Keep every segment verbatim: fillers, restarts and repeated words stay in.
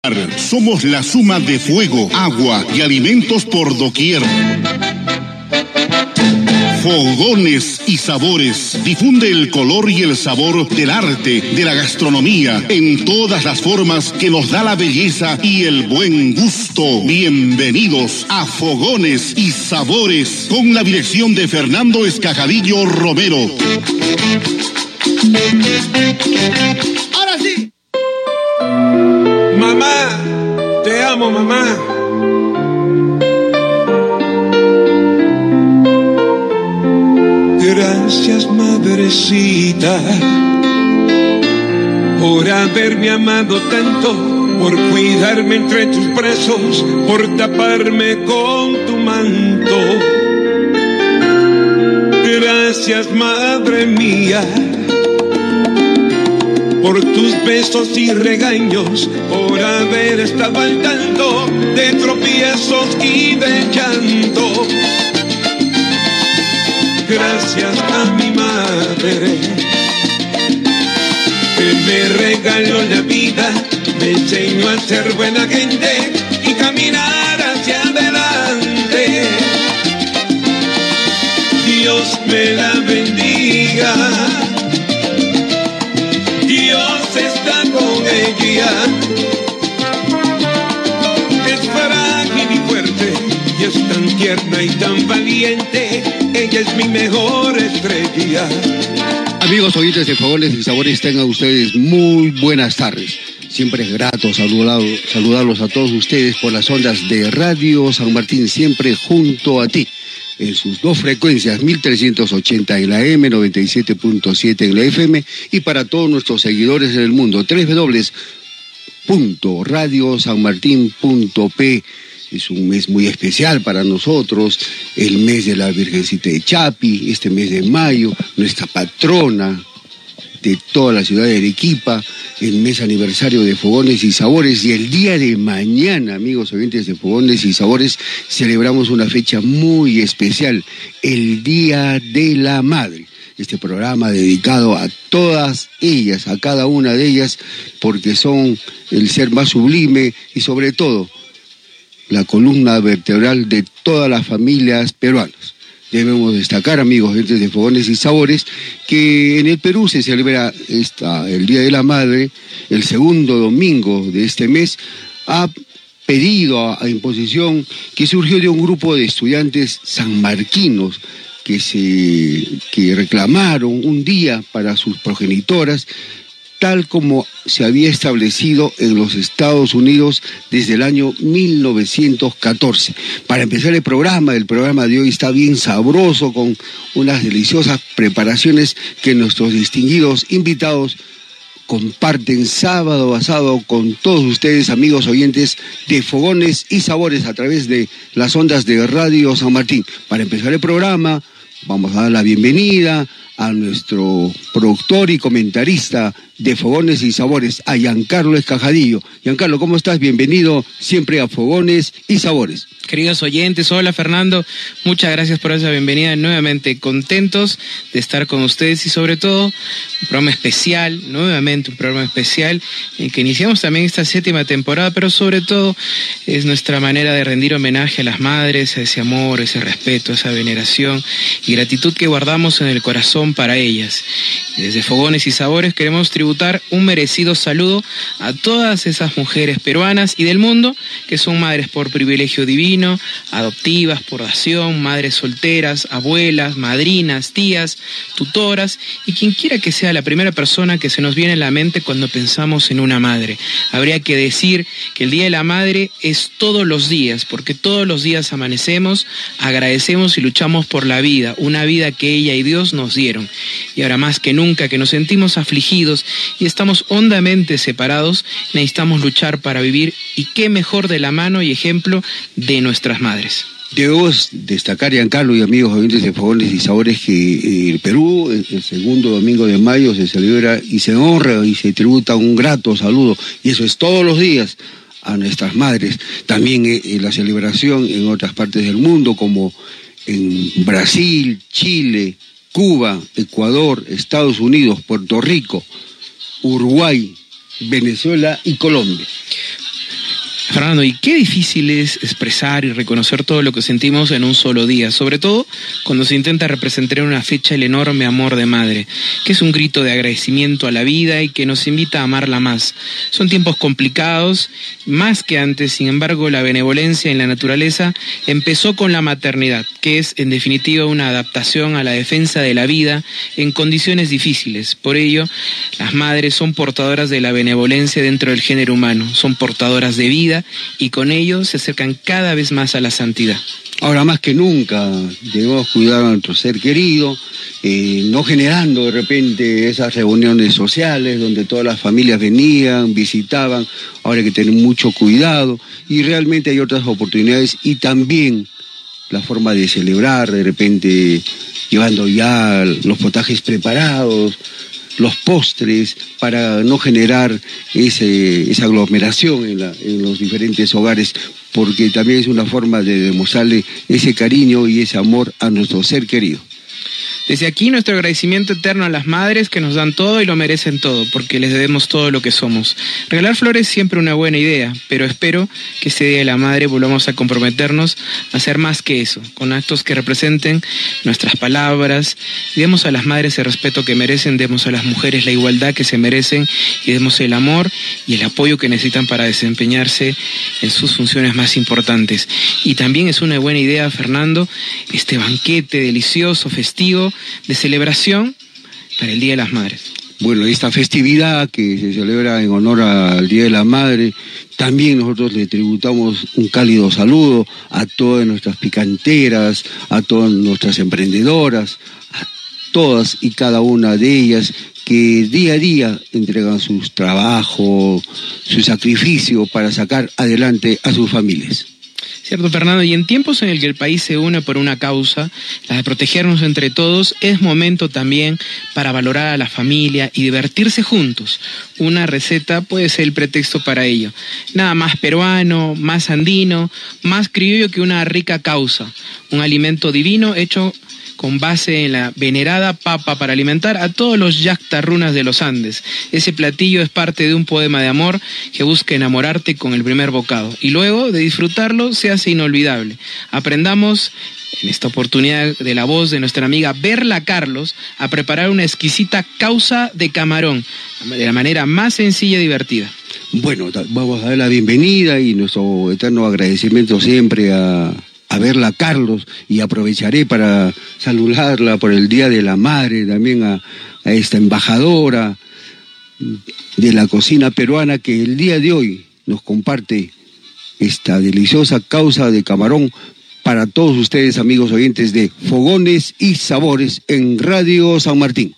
Somos la suma de fuego, agua y alimentos por doquier. Fogones y Sabores difunde el color y el sabor del arte, de la gastronomía, en todas las formas que nos da la belleza y el buen gusto. Bienvenidos a Fogones y Sabores, con la dirección de Fernando Escajadillo Romero. ¡Ahora sí! Mamá, te amo, mamá. Gracias, madrecita, por haberme amado tanto, por cuidarme entre tus brazos, por taparme con tu manto. Gracias, madre mía, por tus besos y regaños, por haber estado al tanto de tropiezos y de llanto. Gracias a mi madre, que me regaló la vida, me enseñó a ser buena gente y caminar hacia adelante. Dios me la bendiga, Dios está con ella. Es frágil y fuerte y es tan tierna y tan valiente. Ella es mi mejor estrella. Amigos oyentes de Fogones y Sabores, tengan ustedes muy buenas tardes. Siempre es grato saludar, saludarlos a todos ustedes por las ondas de Radio San Martín, siempre junto a ti, en sus dos frecuencias, mil trescientos ochenta en la eme, noventa y siete punto siete en la efe eme, y para todos nuestros seguidores en el mundo, doble u doble u doble u punto radio san martín punto pe. Es un mes muy especial para nosotros, el mes de la Virgencita de Chapi, este mes de mayo, nuestra patrona de toda la ciudad de Arequipa, el mes aniversario de Fogones y Sabores, y el día de mañana, amigos oyentes de Fogones y Sabores, celebramos una fecha muy especial, el Día de la Madre. Este programa dedicado a todas ellas, a cada una de ellas, porque son el ser más sublime y sobre todo la columna vertebral de todas las familias peruanas. Debemos destacar, amigos, gente de Fogones y Sabores, que en el Perú se celebra esta, el Día de la Madre, el segundo domingo de este mes, a pedido, a, a imposición, que surgió de un grupo de estudiantes sanmarquinos que, se, que reclamaron un día para sus progenitoras, tal como se había establecido en los Estados Unidos desde el año mil novecientos catorce. Para empezar el programa, el programa de hoy está bien sabroso, con unas deliciosas preparaciones que nuestros distinguidos invitados comparten sábado a sábado con todos ustedes, amigos oyentes de Fogones y Sabores, a través de las ondas de Radio San Martín. Para empezar el programa, vamos a dar la bienvenida a nuestro productor y comentarista de Fogones y Sabores, a Giancarlo Escajadillo. Giancarlo, ¿cómo estás? Bienvenido siempre a Fogones y Sabores. Queridos oyentes, hola Fernando, muchas gracias por esa bienvenida, nuevamente contentos de estar con ustedes y sobre todo un programa especial, nuevamente un programa especial en que iniciamos también esta séptima temporada, pero sobre todo es nuestra manera de rendir homenaje a las madres, a ese amor, ese respeto, esa veneración y gratitud que guardamos en el corazón para ellas. Y desde Fogones y Sabores queremos tributar un merecido saludo a todas esas mujeres peruanas y del mundo que son madres por privilegio divino, adoptivas por dación, madres solteras, abuelas, madrinas, tías, tutoras y quien quiera que sea la primera persona que se nos viene a la mente cuando pensamos en una madre. Habría que decir que el Día de la Madre es todos los días, porque todos los días amanecemos, agradecemos y luchamos por la vida, una vida que ella y Dios nos dieron. Y ahora más que nunca que nos sentimos afligidos y estamos hondamente separados, necesitamos luchar para vivir, y qué mejor de la mano y ejemplo de nuestras madres. Debemos destacar, Giancarlo y amigos oyentes de Fogones y Sabores, que el Perú, el segundo domingo de mayo, se celebra y se honra y se tributa un grato saludo, y eso es todos los días, a nuestras madres. También en la celebración en otras partes del mundo, como en Brasil, Chile, Cuba, Ecuador, Estados Unidos, Puerto Rico, Uruguay, Venezuela y Colombia. Fernando, y qué difícil es expresar y reconocer todo lo que sentimos en un solo día, sobre todo cuando se intenta representar en una fecha el enorme amor de madre, que es un grito de agradecimiento a la vida y que nos invita a amarla más. Son tiempos complicados, más que antes, sin embargo, la benevolencia en la naturaleza empezó con la maternidad, que es en definitiva una adaptación a la defensa de la vida en condiciones difíciles. Por ello, las madres son portadoras de la benevolencia dentro del género humano, son portadoras de vida y con ello se acercan cada vez más a la santidad. Ahora más que nunca debemos cuidar a nuestro ser querido, eh, no generando de repente esas reuniones sociales donde todas las familias venían, visitaban. Ahora hay que tener mucho cuidado y realmente hay otras oportunidades y también la forma de celebrar, de repente llevando ya los potajes preparados, los postres, para no generar ese, esa aglomeración en, la, en los diferentes hogares, porque también es una forma de demostrarle ese cariño y ese amor a nuestro ser querido. Desde aquí nuestro agradecimiento eterno a las madres que nos dan todo y lo merecen todo, porque les debemos todo lo que somos. Regalar flores es siempre una buena idea, pero espero que este Día de la Madre volvamos a comprometernos a hacer más que eso, con actos que representen nuestras palabras. Demos a las madres el respeto que merecen, demos a las mujeres la igualdad que se merecen y demos el amor y el apoyo que necesitan para desempeñarse en sus funciones más importantes. Y también es una buena idea, Fernando, este banquete delicioso, festivo, de celebración para el Día de las Madres. Bueno, esta festividad que se celebra en honor al Día de la Madre, también nosotros le tributamos un cálido saludo a todas nuestras picanteras, a todas nuestras emprendedoras, a todas y cada una de ellas que día a día entregan sus trabajos, su sacrificio para sacar adelante a sus familias. Cierto, Fernando, y en tiempos en el que el país se une por una causa, la de protegernos entre todos, es momento también para valorar a la familia y divertirse juntos. Una receta puede ser el pretexto para ello. Nada más peruano, más andino, más criollo que una rica causa. Un alimento divino hecho con base en la venerada papa para alimentar a todos los yactarrunas de los Andes. Ese platillo es parte de un poema de amor que busca enamorarte con el primer bocado y luego de disfrutarlo se hace inolvidable. Aprendamos en esta oportunidad de la voz de nuestra amiga Berla Carlos a preparar una exquisita causa de camarón de la manera más sencilla y divertida. Bueno, vamos a dar la bienvenida y nuestro eterno agradecimiento siempre a... a verla, Carlos, y aprovecharé para saludarla por el Día de la Madre, también a, a esta embajadora de la cocina peruana que el día de hoy nos comparte esta deliciosa causa de camarón para todos ustedes, amigos oyentes de Fogones y Sabores en Radio San Martín.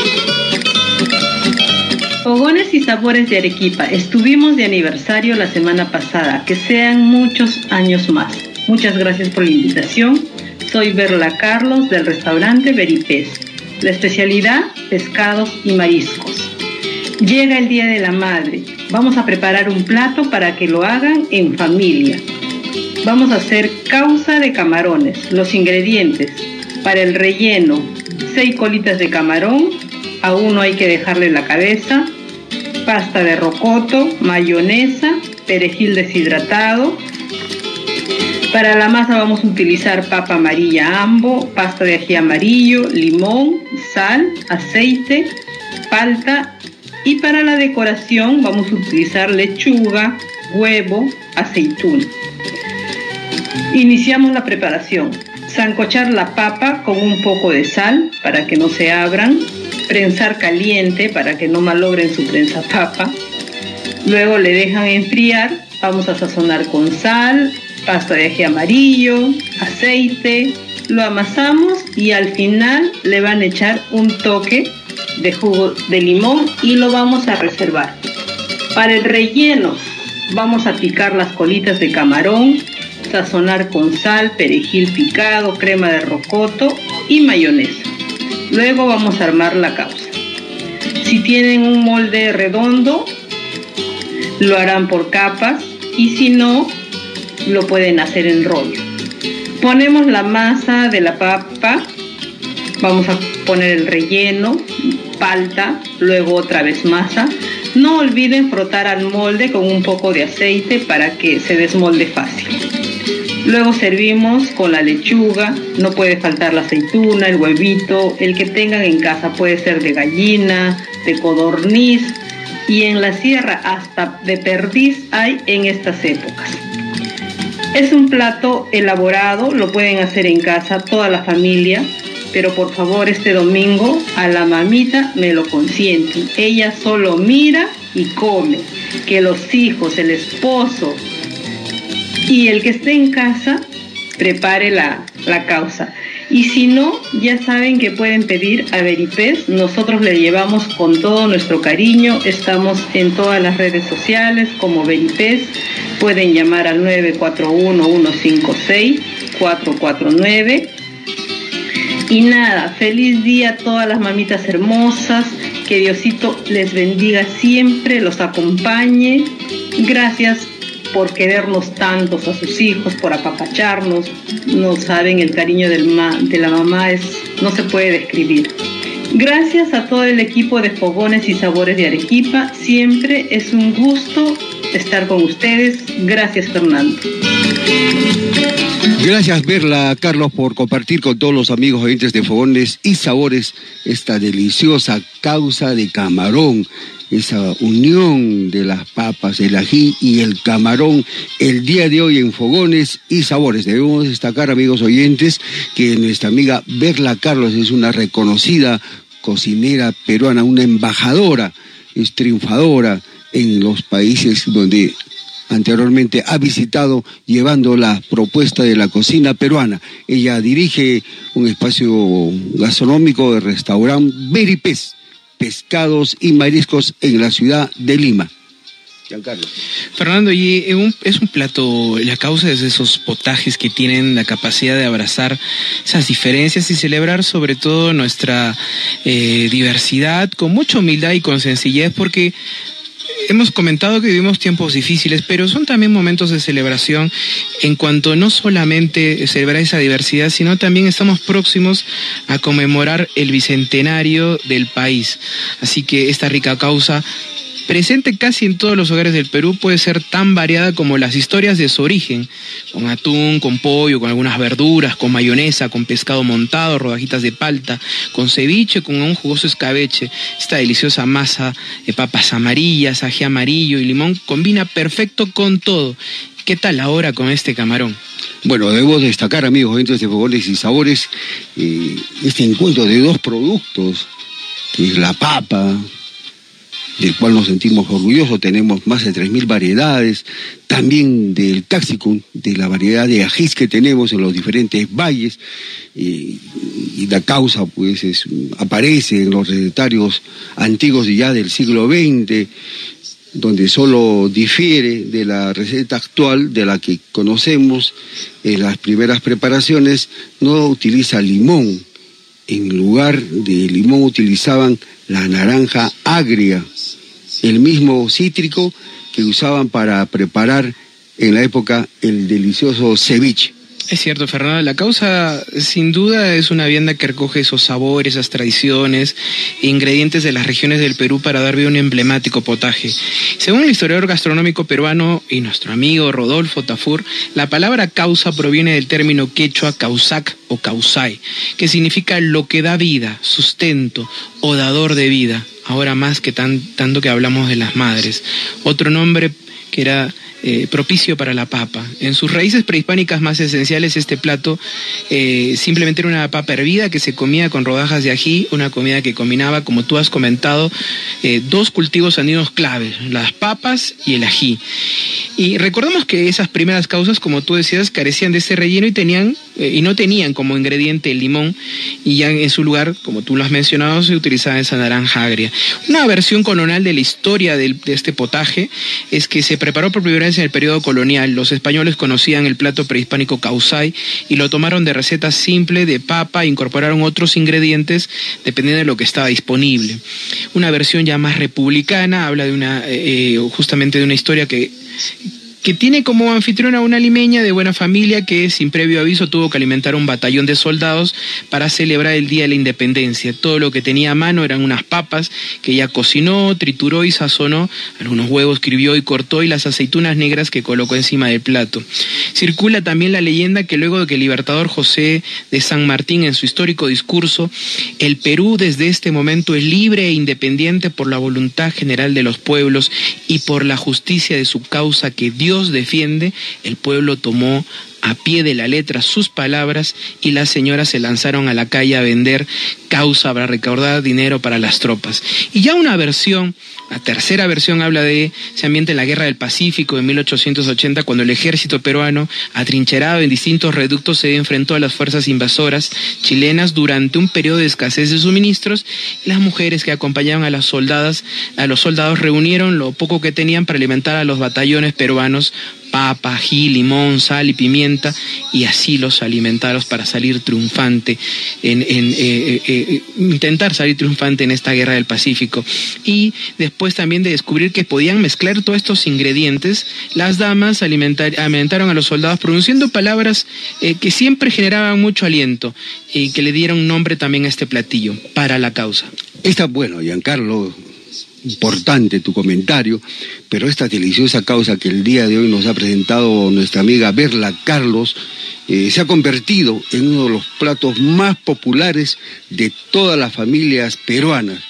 Fogones y Sabores de Arequipa, estuvimos de aniversario la semana pasada, que sean muchos años más. Muchas gracias por la invitación. Soy Berla Carlos del restaurante Veripez. La especialidad, pescados y mariscos. Llega el Día de la Madre. Vamos a preparar un plato para que lo hagan en familia. Vamos a hacer causa de camarones. Los ingredientes: para el relleno, seis colitas de camarón. A uno hay que dejarle la cabeza. Pasta de rocoto, mayonesa, perejil deshidratado. Para la masa vamos a utilizar papa amarilla ambo, pasta de ají amarillo, limón, sal, aceite, palta. Y para la decoración vamos a utilizar lechuga, huevo, aceituna. Iniciamos la preparación. Sancochar la papa con un poco de sal para que no se abran. Prensar caliente para que no malogren su prensa papa. Luego le dejan enfriar. Vamos a sazonar con sal, pasta de ají amarillo, aceite, lo amasamos y al final le van a echar un toque de jugo de limón y lo vamos a reservar. Para el relleno vamos a picar las colitas de camarón, sazonar con sal, perejil picado, crema de rocoto y mayonesa. Luego vamos a armar la causa. Si tienen un molde redondo, lo harán por capas y si no, lo pueden hacer en rollo. Ponemos la masa de la papa, vamos a poner el relleno, palta, luego otra vez masa, No olviden frotar al molde con un poco de aceite para que se desmolde fácil. Luego servimos con la lechuga, no puede faltar la aceituna, el huevito, el que tengan en casa, puede ser de gallina, de codorniz, y en la sierra hasta de perdiz hay en estas épocas. Es un plato elaborado, lo pueden hacer en casa toda la familia, pero por favor este domingo a la mamita me lo consienten. Ella solo mira y come, que los hijos, el esposo y el que esté en casa prepare la, la causa. Y si no, ya saben que pueden pedir a Veripez. Nosotros le llevamos con todo nuestro cariño. Estamos en todas las redes sociales como Veripez. Pueden llamar al nueve cuatro uno, uno cinco seis, cuatro cuatro nueve. Y nada, feliz día a todas las mamitas hermosas. Que Diosito les bendiga siempre, los acompañe. Gracias por querernos tantos a sus hijos, por apapacharnos. No saben, el cariño del ma de la mamá es, no se puede describir. Gracias a todo el equipo de Fogones y Sabores de Arequipa. Siempre es un gusto estar con ustedes. Gracias, Fernando. Gracias, Verla, Carlos, por compartir con todos los amigos oyentes de Fogones y Sabores esta deliciosa causa de camarón. Esa unión de las papas, el ají y el camarón el día de hoy en Fogones y Sabores. Debemos destacar, amigos oyentes, que nuestra amiga Verla Carlos es una reconocida cocinera peruana, una embajadora, es triunfadora en los países donde anteriormente ha visitado, llevando la propuesta de la cocina peruana. Ella dirige un espacio gastronómico de restaurante Veripez, pescados y mariscos en la ciudad de Lima. Giancarlo. Fernando, y es un plato, la causa es esos potajes que tienen la capacidad de abrazar esas diferencias y celebrar sobre todo nuestra eh, diversidad con mucha humildad y con sencillez, porque hemos comentado que vivimos tiempos difíciles, pero son también momentos de celebración en cuanto no solamente celebrar esa diversidad, sino también estamos próximos a conmemorar el bicentenario del país. Así que esta rica causa, presente casi en todos los hogares del Perú, puede ser tan variada como las historias de su origen, con atún, con pollo, con algunas verduras, con mayonesa, con pescado montado, rodajitas de palta, con ceviche, con un jugoso escabeche. Esta deliciosa masa de papas amarillas, ají amarillo y limón combina perfecto con todo. ¿Qué tal ahora con este camarón? Bueno, debemos destacar, amigos oyentes de Fogones y Sabores, eh, este encuentro de dos productos, que es la papa, del cual nos sentimos orgullosos. Tenemos más de tres mil variedades, también del cápsicum, de la variedad de ajís que tenemos en los diferentes valles, y, y la causa pues es, aparece en los recetarios antiguos ya del siglo veinte, donde solo difiere de la receta actual, de la que conocemos. En las primeras preparaciones no utiliza limón, en lugar de limón utilizaban la naranja agria, el mismo cítrico que usaban para preparar en la época el delicioso ceviche. Es cierto, Fernando, la causa sin duda es una vianda que recoge esos sabores, esas tradiciones e ingredientes de las regiones del Perú para dar vida a un emblemático potaje. Según el historiador gastronómico peruano y nuestro amigo Rodolfo Tafur, la palabra causa proviene del término quechua causac o causay, que significa lo que da vida, sustento o dador de vida. Ahora más que tan, tanto que hablamos de las madres. Otro nombre que era Eh, propicio para la papa. En sus raíces prehispánicas más esenciales, este plato eh, simplemente era una papa hervida que se comía con rodajas de ají, una comida que combinaba, como tú has comentado, eh, dos cultivos andinos claves, las papas y el ají. Y recordemos que esas primeras causas, como tú decías, carecían de ese relleno y tenían eh, y no tenían como ingrediente el limón, y ya en su lugar, como tú lo has mencionado, se utilizaba esa naranja agria. Una versión colonial de la historia del, de este potaje es que se preparó por primera vez en el periodo colonial. Los españoles conocían el plato prehispánico causay y lo tomaron de receta simple de papa e incorporaron otros ingredientes dependiendo de lo que estaba disponible. Una versión ya más republicana habla de una eh, justamente de una historia que que tiene como anfitriona una limeña de buena familia que sin previo aviso tuvo que alimentar un batallón de soldados para celebrar el Día de la Independencia. Todo lo que tenía a mano eran unas papas que ella cocinó, trituró y sazonó, algunos huevos escribió y cortó y las aceitunas negras que colocó encima del plato. Circula también la leyenda que luego de que el libertador José de San Martín en su histórico discurso, el Perú desde este momento es libre e independiente por la voluntad general de los pueblos y por la justicia de su causa que Dios defiende, el pueblo tomó a pie de la letra sus palabras y las señoras se lanzaron a la calle a vender causa para recaudar dinero para las tropas. Y ya una versión, la tercera versión habla de ese ambiente en la Guerra del Pacífico de mil ochocientos ochenta, cuando el ejército peruano, atrincherado en distintos reductos, se enfrentó a las fuerzas invasoras chilenas durante un periodo de escasez de suministros. Las mujeres que acompañaban a las soldadas, a los soldados reunieron lo poco que tenían para alimentar a los batallones peruanos, papa, ají, limón, sal y pimienta, y así los alimentaron para salir triunfante, en, en eh, eh, intentar salir triunfante en esta Guerra del Pacífico. Y después también de descubrir que podían mezclar todos estos ingredientes, las damas alimentar, alimentaron a los soldados pronunciando palabras eh, que siempre generaban mucho aliento y que le dieron nombre también a este platillo, para la causa. Está bueno, Giancarlo, importante tu comentario, pero esta deliciosa causa que el día de hoy nos ha presentado nuestra amiga Berla Carlos eh, se ha convertido en uno de los platos más populares de todas las familias peruanas,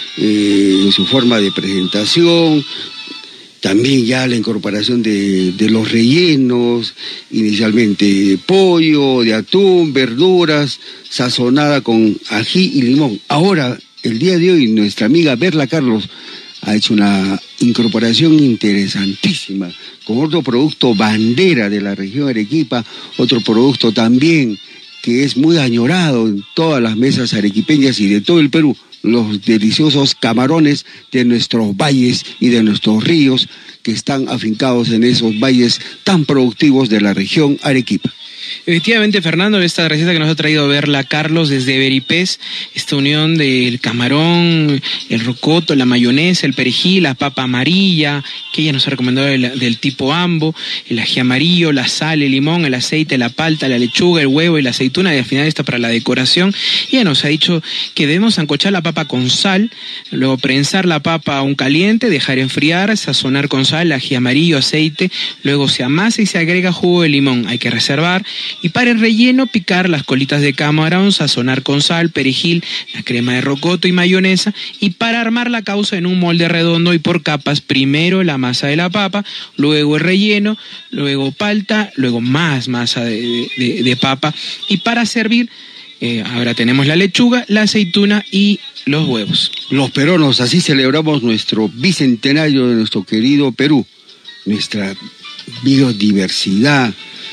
eh, en su forma de presentación, también ya la incorporación de, de los rellenos, inicialmente de pollo, de atún, verduras, sazonada con ají y limón. Ahora, el día de hoy, nuestra amiga Berla Carlos ha hecho una incorporación interesantísima con otro producto bandera de la región Arequipa, otro producto también que es muy añorado en todas las mesas arequipeñas y de todo el Perú, los deliciosos camarones de nuestros valles y de nuestros ríos que están afincados en esos valles tan productivos de la región Arequipa. Efectivamente, Fernando, esta receta que nos ha traído Berla Carlos desde Beripés, esta unión del camarón, el rocoto, la mayonesa, el perejil, la papa amarilla, que ella nos ha recomendado del, del tipo ambo, el ají amarillo, la sal, el limón, el aceite, la palta, la lechuga, el huevo y la aceituna, y al final está para la decoración. Y ella nos ha dicho que debemos sancochar la papa con sal, luego prensar la papa a un caliente, dejar enfriar, sazonar con sal, ají amarillo, aceite, luego se amasa y se agrega jugo de limón. Hay que reservar. Y para el relleno, picar las colitas de camarón, sazonar con sal, perejil, la crema de rocoto y mayonesa. Y para armar la causa en un molde redondo y por capas, primero la masa de la papa, luego el relleno, luego palta, luego más masa de, de, de papa. Y para servir, eh, ahora tenemos la lechuga, la aceituna y los huevos. Los peruanos, así celebramos nuestro bicentenario de nuestro querido Perú, nuestra biodiversidad,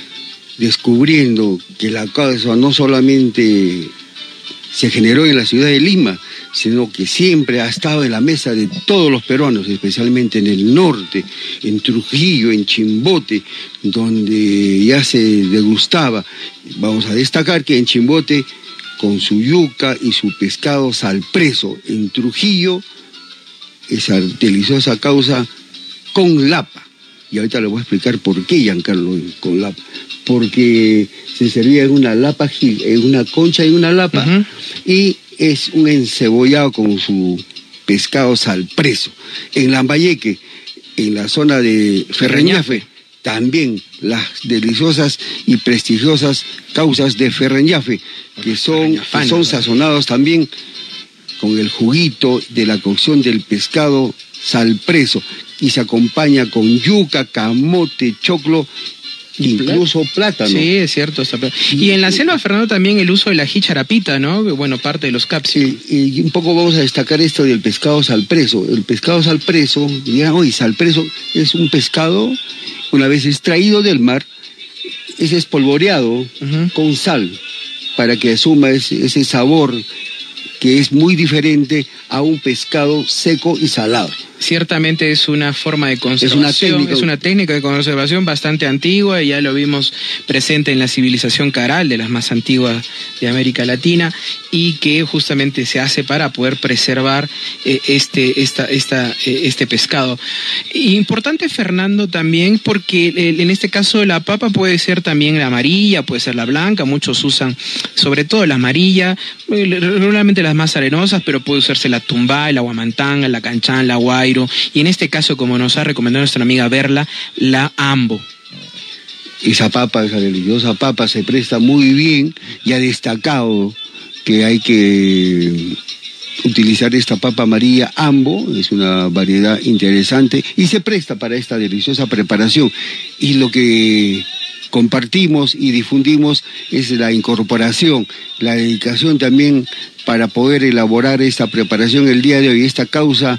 descubriendo que la causa no solamente se generó en la ciudad de Lima, sino que siempre ha estado en la mesa de todos los peruanos, especialmente en el norte, en Trujillo, en Chimbote, donde ya se degustaba. Vamos a destacar que en Chimbote, con su yuca y su pescado salpreso, en Trujillo, esa deliciosa causa con lapa. Y ahorita le voy a explicar por qué, Giancarlo, con lapa. Porque se servía en una lapa, en una concha y una lapa, uh-huh. Y es un encebollado con su pescado salpreso. En Lambayeque, en la zona de Ferreñafe, también las deliciosas y prestigiosas causas de Ferreñafe, que son, que son sazonados también con el juguito de la cocción del pescado salpreso, y se acompaña con yuca, camote, choclo, incluso plátano. Sí, es cierto. Está... Y en la selva, Fernando, también el uso del ají charapita, ¿no? Bueno, parte de los caps. Y, y un poco vamos a destacar esto del pescado salpreso. El pescado salpreso, dirán, oye, salpreso es un pescado, una vez extraído del mar, es espolvoreado uh-huh. con sal, para que asuma ese, ese sabor que es muy diferente a un pescado seco y salado. Ciertamente es una forma de conservación, es una, técnica, es una técnica de conservación bastante antigua, y ya lo vimos presente en la civilización caral, de las más antiguas de América Latina, y que justamente se hace para poder preservar eh, este, esta, esta, eh, este pescado. Importante, Fernando, también porque eh, en este caso la papa puede ser también la amarilla, puede ser la blanca, muchos usan sobre todo la amarilla, eh, regularmente las más arenosas, pero puede usarse la tumbá, la guamantanga, la canchán, la guay, y en este caso, como nos ha recomendado nuestra amiga Berla, la ambo. Esa papa, esa deliciosa papa, se presta muy bien, y ha destacado que hay que utilizar esta papa amarilla ambo, es una variedad interesante y se presta para esta deliciosa preparación. Y lo que compartimos y difundimos es la incorporación, la dedicación también para poder elaborar esta preparación el día de hoy, esta causa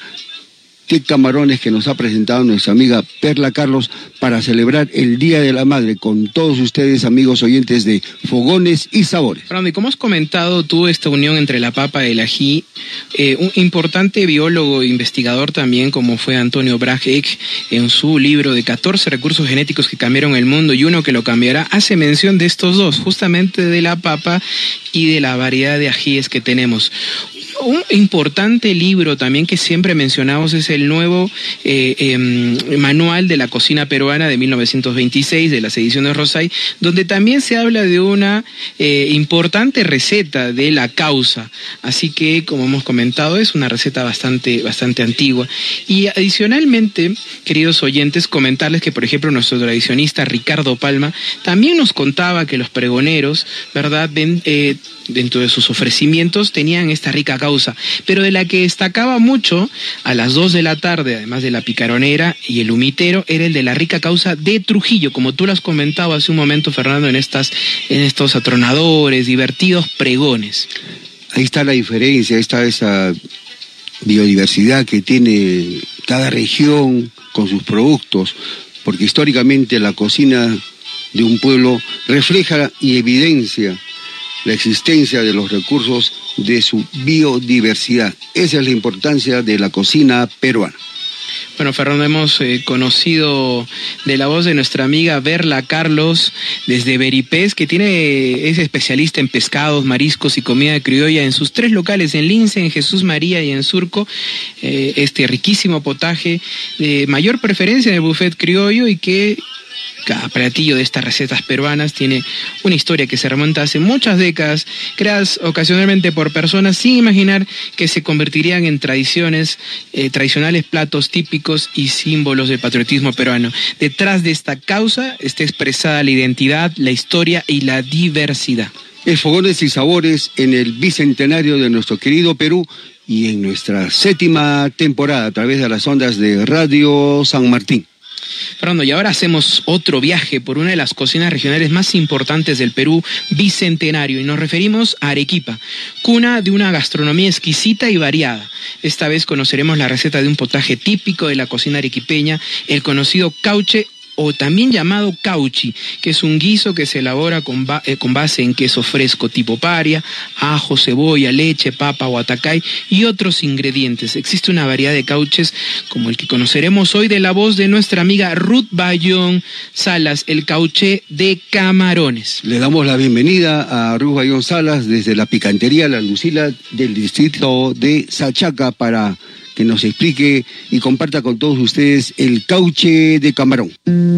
de camarones que nos ha presentado nuestra amiga Perla Carlos para celebrar el Día de la Madre con todos ustedes, amigos oyentes de Fogones y Sabores. Fernando, y como has comentado tú, esta unión entre la papa y el ají, eh, un importante biólogo e investigador también, como fue Antonio Brahe, en su libro de catorce recursos genéticos que cambiaron el mundo y uno que lo cambiará, hace mención de estos dos, justamente de la papa y de la variedad de ajíes que tenemos. Un importante libro también que siempre mencionamos es el nuevo eh, eh, Manual de la Cocina Peruana de mil novecientos veintiséis, de las ediciones Rosay, donde también se habla de una eh, importante receta de la causa. Así que, como hemos comentado, es una receta bastante, bastante antigua. Y adicionalmente, queridos oyentes, comentarles que, por ejemplo, nuestro tradicionista Ricardo Palma también nos contaba que los pregoneros, ¿verdad?, ven, eh, dentro de sus ofrecimientos tenían esta rica causa, pero de la que destacaba mucho a las dos de la tarde, además de la picaronera y el humitero, era el de la rica causa de Trujillo, como tú lo has comentado hace un momento, Fernando, en estas, en estos atronadores, divertidos pregones. Ahí está la diferencia, ahí está esa biodiversidad que tiene cada región con sus productos, porque históricamente la cocina de un pueblo refleja y evidencia la existencia de los recursos de su biodiversidad. Esa es la importancia de la cocina peruana. Bueno, Fernando, hemos eh, conocido de la voz de nuestra amiga Berla Carlos desde Beripés, que tiene, es especialista en pescados, mariscos y comida criolla en sus tres locales, en Lince, en Jesús María y en Surco, eh, este riquísimo potaje de mayor preferencia en el buffet criollo, y que cada platillo de estas recetas peruanas tiene una historia que se remonta hace muchas décadas, creadas ocasionalmente por personas sin imaginar que se convertirían en tradiciones, eh, tradicionales platos típicos y símbolos del patriotismo peruano. Detrás de esta causa está expresada la identidad, la historia y la diversidad. Es Fogones y Sabores en el bicentenario de nuestro querido Perú y en nuestra séptima temporada a través de las ondas de Radio San Martín. Fernando, y ahora hacemos otro viaje por una de las cocinas regionales más importantes del Perú bicentenario, y nos referimos a Arequipa, cuna de una gastronomía exquisita y variada. Esta vez conoceremos la receta de un potaje típico de la cocina arequipeña, el conocido cauche, o también llamado cauchi, que es un guiso que se elabora con, ba eh, con base en queso fresco tipo paria, ajo, cebolla, leche, papa, huatacay y otros ingredientes. Existe una variedad de cauches como el que conoceremos hoy de la voz de nuestra amiga Ruth Bayón Salas, el cauché de camarones. Le damos la bienvenida a Ruth Bayón Salas desde la picantería La Lucila del distrito de Sachaca para que nos explique y comparta con todos ustedes el cauche de camarón.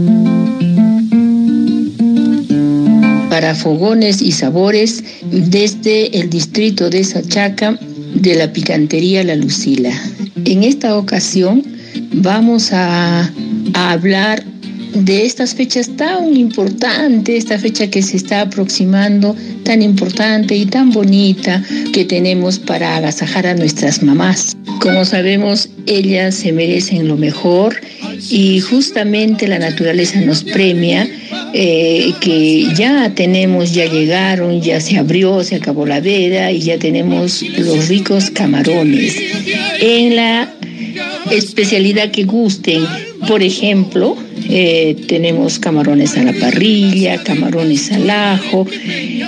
Para Fogones y Sabores, desde el distrito de Sachaca, de la picantería La Lucila. En esta ocasión vamos a, a hablar de estas fechas tan importantes, esta fecha que se está aproximando, tan importante y tan bonita que tenemos para agasajar a nuestras mamás. Como sabemos, ellas se merecen lo mejor y justamente la naturaleza nos premia eh, que ya tenemos, ya llegaron, ya se abrió, se acabó la veda y ya tenemos los ricos camarones en la especialidad que gusten. Por ejemplo, eh, tenemos camarones a la parrilla, camarones al ajo,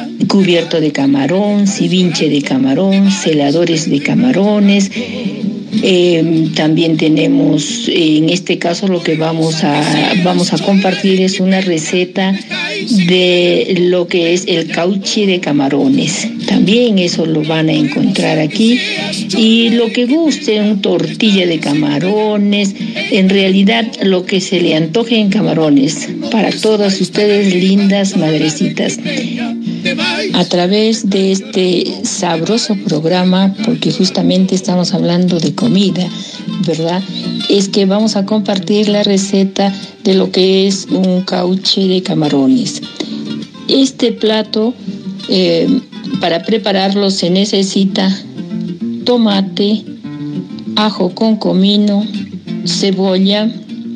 cubierto de camarón, ceviche de camarón, celadores de camarones, Eh, también tenemos, en este caso lo que vamos a, vamos a compartir es una receta de lo que es el cauche de camarones. También eso lo van a encontrar aquí. Y lo que gusten, tortilla de camarones, en realidad lo que se le antoje en camarones, para todas ustedes lindas madrecitas. A través de este sabroso programa, porque justamente estamos hablando de comida, ¿verdad? Es que vamos a compartir la receta de lo que es un cauche de camarones. Este plato, eh, para prepararlo se necesita tomate, ajo con comino, cebolla,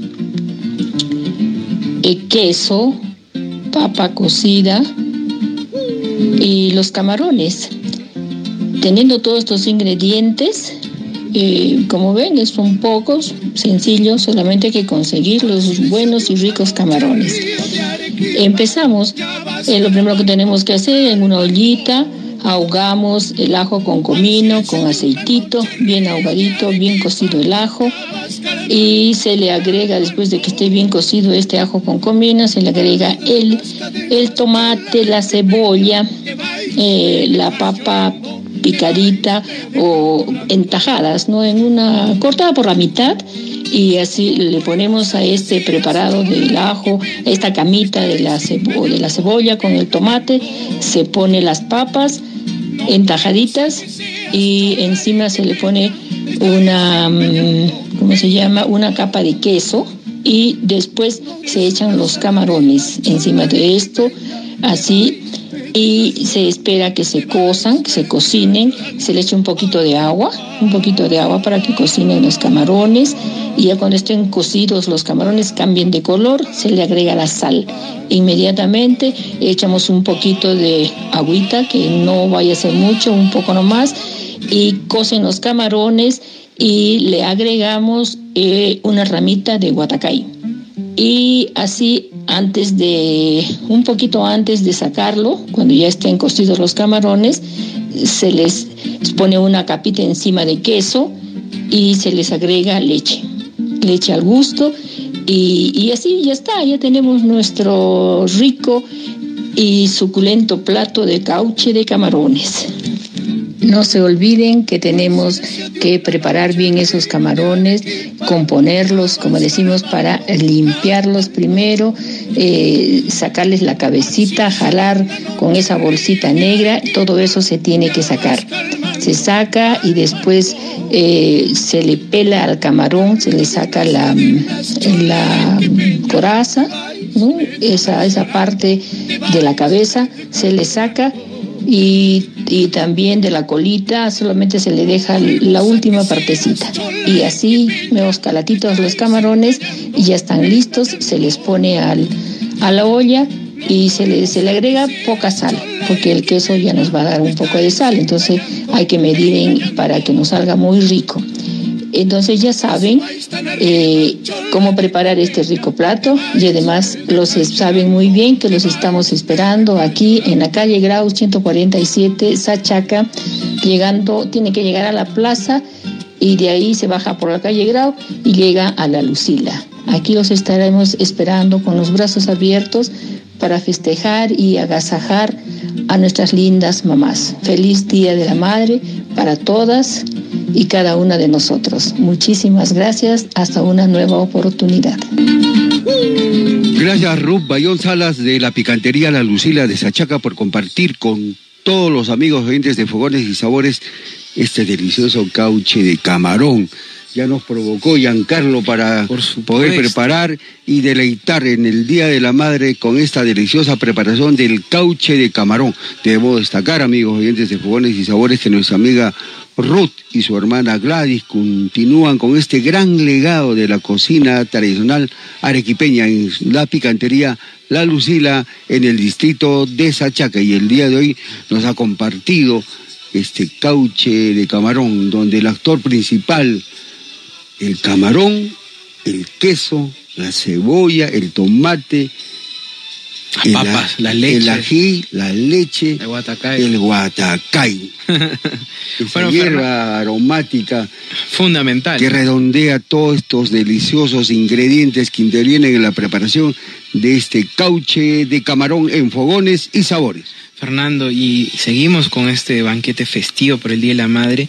eh, queso, papa cocida y los camarones. Teniendo todos estos ingredientes, eh, como ven, son pocos, sencillos, solamente hay que conseguir los buenos y ricos camarones. Empezamos, eh, lo primero que tenemos que hacer, en una ollita ahogamos el ajo con comino, con aceitito, bien ahogadito, bien cocido el ajo, y se le agrega, después de que esté bien cocido este ajo con comino, se le agrega el, el tomate, la cebolla, eh, la papa picadita o en tajadas, ¿no? En una, cortada por la mitad, y así le ponemos a este preparado del ajo, esta camita de la, cebo- de la cebolla con el tomate, se pone las papas entajaditas y encima se le pone una, ¿cómo se llama? Una capa de queso, y después se echan los camarones encima de esto, así, y se espera que se cozan, que se cocinen, se le echa un poquito de agua, un poquito de agua para que cocinen los camarones, y ya cuando estén cocidos los camarones cambien de color, se le agrega la sal. Inmediatamente echamos un poquito de agüita, que no vaya a ser mucho, un poco nomás, y cocen los camarones y le agregamos eh, una ramita de guatacay. Y así, antes de, un poquito antes de sacarlo, cuando ya estén cocidos los camarones, se les pone una capita encima de queso y se les agrega leche, leche al gusto, y, y así ya está, ya tenemos nuestro rico y suculento plato de cauche de camarones. No se olviden que tenemos que preparar bien esos camarones, componerlos, como decimos, para limpiarlos primero, eh, sacarles la cabecita, jalar con esa bolsita negra, todo eso se tiene que sacar. Se saca y después eh, se le pela al camarón, se le saca la, la coraza, ¿no? Esa, esa parte de la cabeza se le saca. Y, y también de la colita solamente se le deja la última partecita, y así menos calatitos los camarones y ya están listos. Se les pone al, a la olla y se le, se le agrega poca sal, porque el queso ya nos va a dar un poco de sal, entonces hay que medir en, para que nos salga muy rico. Entonces ya saben eh, cómo preparar este rico plato, y además los saben muy bien que los estamos esperando aquí en la calle Grau ciento cuarenta y siete, Sachaca. Llegando, tiene que llegar a la plaza y de ahí se baja por la calle Grau y llega a la Lucila. Aquí los estaremos esperando con los brazos abiertos para festejar y agasajar a nuestras lindas mamás. Feliz Día de la Madre para todas y cada una de nosotros. Muchísimas gracias. Hasta una nueva oportunidad. Gracias, Ruth Bayón Salas de la Picantería La Lucila de Sachaca, por compartir con todos los amigos oyentes de Fogones y Sabores este delicioso cauche de camarón. Ya nos provocó Giancarlo para poder preparar y deleitar en el Día de la Madre con esta deliciosa preparación del cauche de camarón. Debo destacar, amigos oyentes de Fogones y Sabores, que nuestra amiga Ruth y su hermana Gladys continúan con este gran legado de la cocina tradicional arequipeña en la Picantería La Lucila en el distrito de Sachaca, y el día de hoy nos ha compartido este cauche de camarón, donde el actor principal, el camarón, el queso, la cebolla, el tomate, Las papas, la leche. El ají, la leche, el guatacay. El guatacay. Esa Bueno, hierba Fernando, aromática fundamental. que redondea todos estos deliciosos ingredientes que intervienen en la preparación de este cauche de camarón en fogones y sabores. Fernando, y seguimos con este banquete festivo por el Día de la Madre,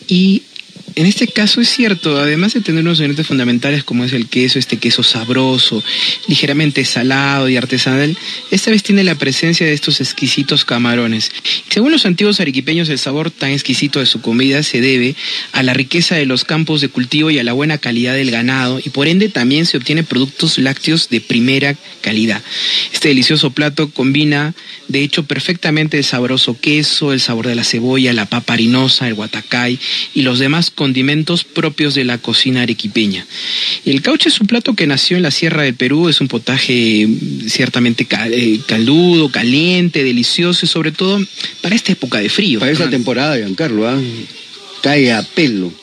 y en este caso es cierto, además de tener unos ingredientes fundamentales como es el queso, este queso sabroso, ligeramente salado y artesanal, esta vez tiene la presencia de estos exquisitos camarones. Según los antiguos arequipeños, el sabor tan exquisito de su comida se debe a la riqueza de los campos de cultivo y a la buena calidad del ganado, y por ende también se obtienen productos lácteos de primera calidad. Este delicioso plato combina, de hecho, perfectamente el sabroso queso, el sabor de la cebolla, la papa harinosa, el guatacay y los demás condimentos propios de la cocina arequipeña. El cauche es un plato que nació en la Sierra del Perú, es un potaje ciertamente caldudo, caliente, delicioso y sobre todo para esta época de frío. Para esta temporada, Giancarlo, ¿eh? Cae a pelo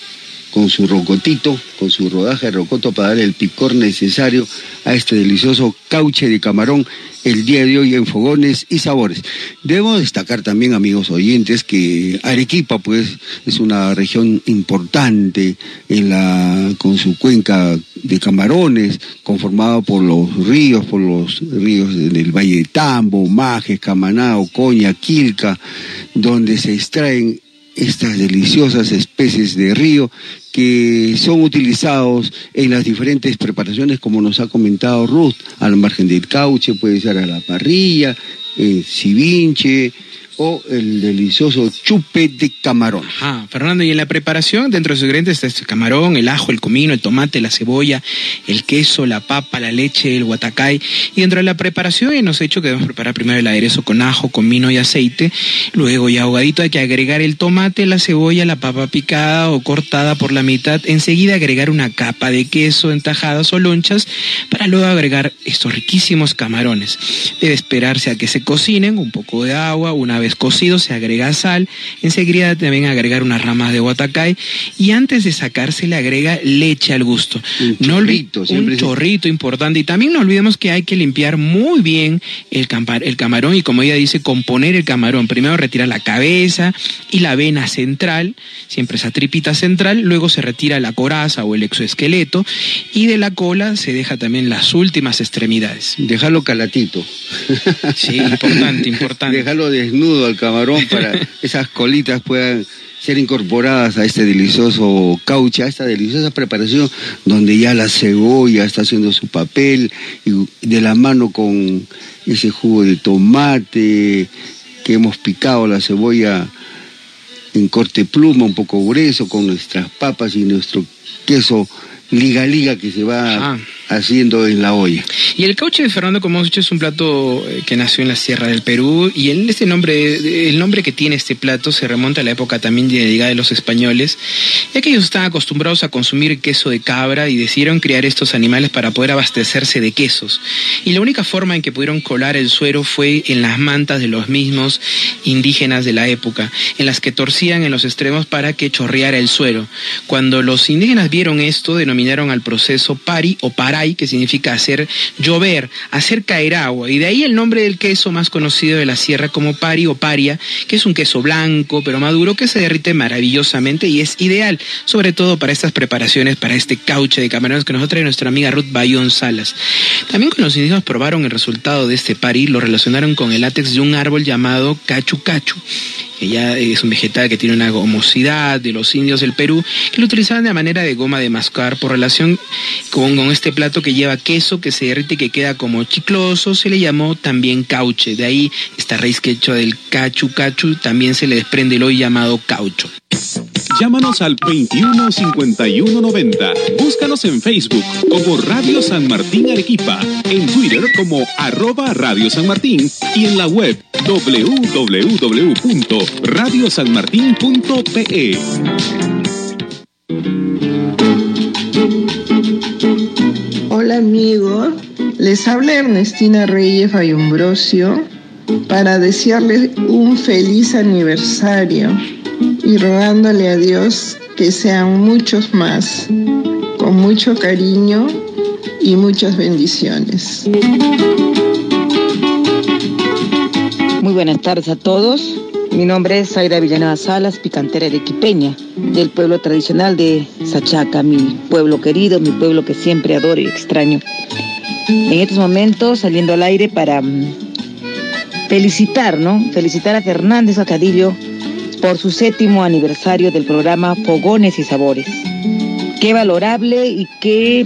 con su rocotito, con su rodaja de rocoto para dar el picor necesario a este delicioso cauche de camarón el día de hoy en Fogones y Sabores. Debemos destacar también, amigos oyentes, que Arequipa pues es una región importante en la, con su cuenca de camarones, conformada por los ríos, por los ríos del Valle de Tambo, Majes, Camaná, Ocoña, Quilca, donde se extraen estas deliciosas especies de río que son utilizados en las diferentes preparaciones, como nos ha comentado Ruth, al margen del cauche, puede ser a la parrilla, el ceviche o el delicioso chupe de camarón. Ajá, Fernando, y en la preparación, dentro de sus ingredientes está este camarón, el ajo, el comino, el tomate, la cebolla, el queso, la papa, la leche, el guatacay, y dentro de la preparación hemos hecho que debemos preparar primero el aderezo con ajo, comino y aceite, luego ya ahogadito hay que agregar el tomate, la cebolla, la papa picada o cortada por la mitad, enseguida agregar una capa de queso en tajadas o lonchas, para luego agregar estos riquísimos camarones. Debe esperarse a que se cocinen, un poco de agua, una vez cocido se agrega sal, enseguida también agregar unas ramas de guatacay y antes de sacar se le agrega leche al gusto. Un no chorrito, siempre un chorrito importante, y también no olvidemos que hay que limpiar muy bien el, campar, el camarón, y como ella dice, componer el camarón. Primero retira la cabeza y la vena central, siempre esa tripita central, luego se retira la coraza o el exoesqueleto, y de la cola se deja también las últimas extremidades. Dejarlo calatito. Sí, importante, importante. Dejarlo desnudo al camarón para esas colitas puedan ser incorporadas a este delicioso cauche, a esta deliciosa preparación donde ya la cebolla está haciendo su papel y de la mano con ese jugo de tomate que hemos picado la cebolla en corte pluma, un poco grueso, con nuestras papas y nuestro queso liga liga que se va Ajá. haciendo en la olla. Y el cauche de Fernando, como hemos dicho, es un plato que nació en la Sierra del Perú, y el, este nombre, el nombre que tiene este plato se remonta a la época también de la llegada de los españoles, ya que ellos estaban acostumbrados a consumir queso de cabra y decidieron criar estos animales para poder abastecerse de quesos. Y la única forma en que pudieron colar el suero fue en las mantas de los mismos indígenas de la época, en las que torcían en los extremos para que chorreara el suero. Cuando los indígenas vieron esto, denominaron al proceso pari o paray, que significa hacer llover, hacer caer agua, y de ahí el nombre del queso más conocido de la sierra como pari o paria, que es un queso blanco pero maduro que se derrite maravillosamente y es ideal, sobre todo para estas preparaciones, para este cauche de camarones que nos trae nuestra amiga Ruth Bayón Salas. También cuando los indígenas probaron el resultado de este pari, lo relacionaron con el látex de un árbol llamado cachu cachu, que ya es un vegetal que tiene una gomosidad de los indios del Perú, que lo utilizaban de manera de goma de mascar por relación con, con este plato que lleva queso que se derrite y que queda como chicloso, se le llamó también cauche. De ahí esta raíz quechua del cachu cachu, también se le desprende el hoy llamado caucho. Llámanos al veintiuno cincuenta y uno noventa. Búscanos en Facebook como Radio San Martín Arequipa, en Twitter como arroba Radio San Martín y en la web doble u doble u doble u punto radio san martín punto pe e. Hola amigos, les habla Ernestina Reyes Bayumbrosio para desearles un feliz aniversario y rogándole a Dios que sean muchos más, con mucho cariño y muchas bendiciones. muy buenas tardes a todos. Mi nombre es Zaira Villanueva Salas, picantera arequipeña, del pueblo tradicional de Sachaca, mi pueblo querido, mi pueblo que siempre adoro y extraño. En estos momentos saliendo al aire para um, felicitar, ¿no? Felicitar a Fernández Acadillo por su séptimo aniversario del programa Fogones y Sabores. Qué valorable y qué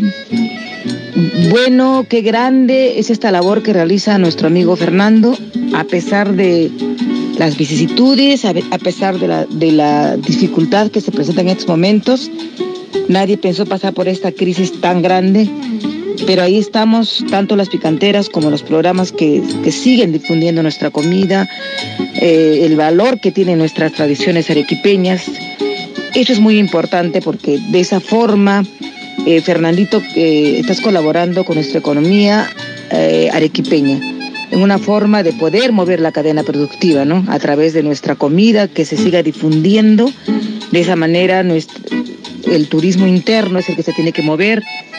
bueno, qué grande es esta labor que realiza nuestro amigo Fernando, a pesar de las vicisitudes, a pesar de la, de la dificultad que se presenta en estos momentos. Nadie pensó pasar por esta crisis tan grande, pero ahí estamos, tanto las picanteras como los programas que, que siguen difundiendo nuestra comida, eh, el valor que tienen nuestras tradiciones arequipeñas. Eso es muy importante porque de esa forma, eh, Fernandito, eh, estás colaborando con nuestra economía eh, arequipeña, en una forma de poder mover la cadena productiva, ¿no? A través de nuestra comida, que se siga difundiendo. De esa manera, nuestro, el turismo interno es el que se tiene que mover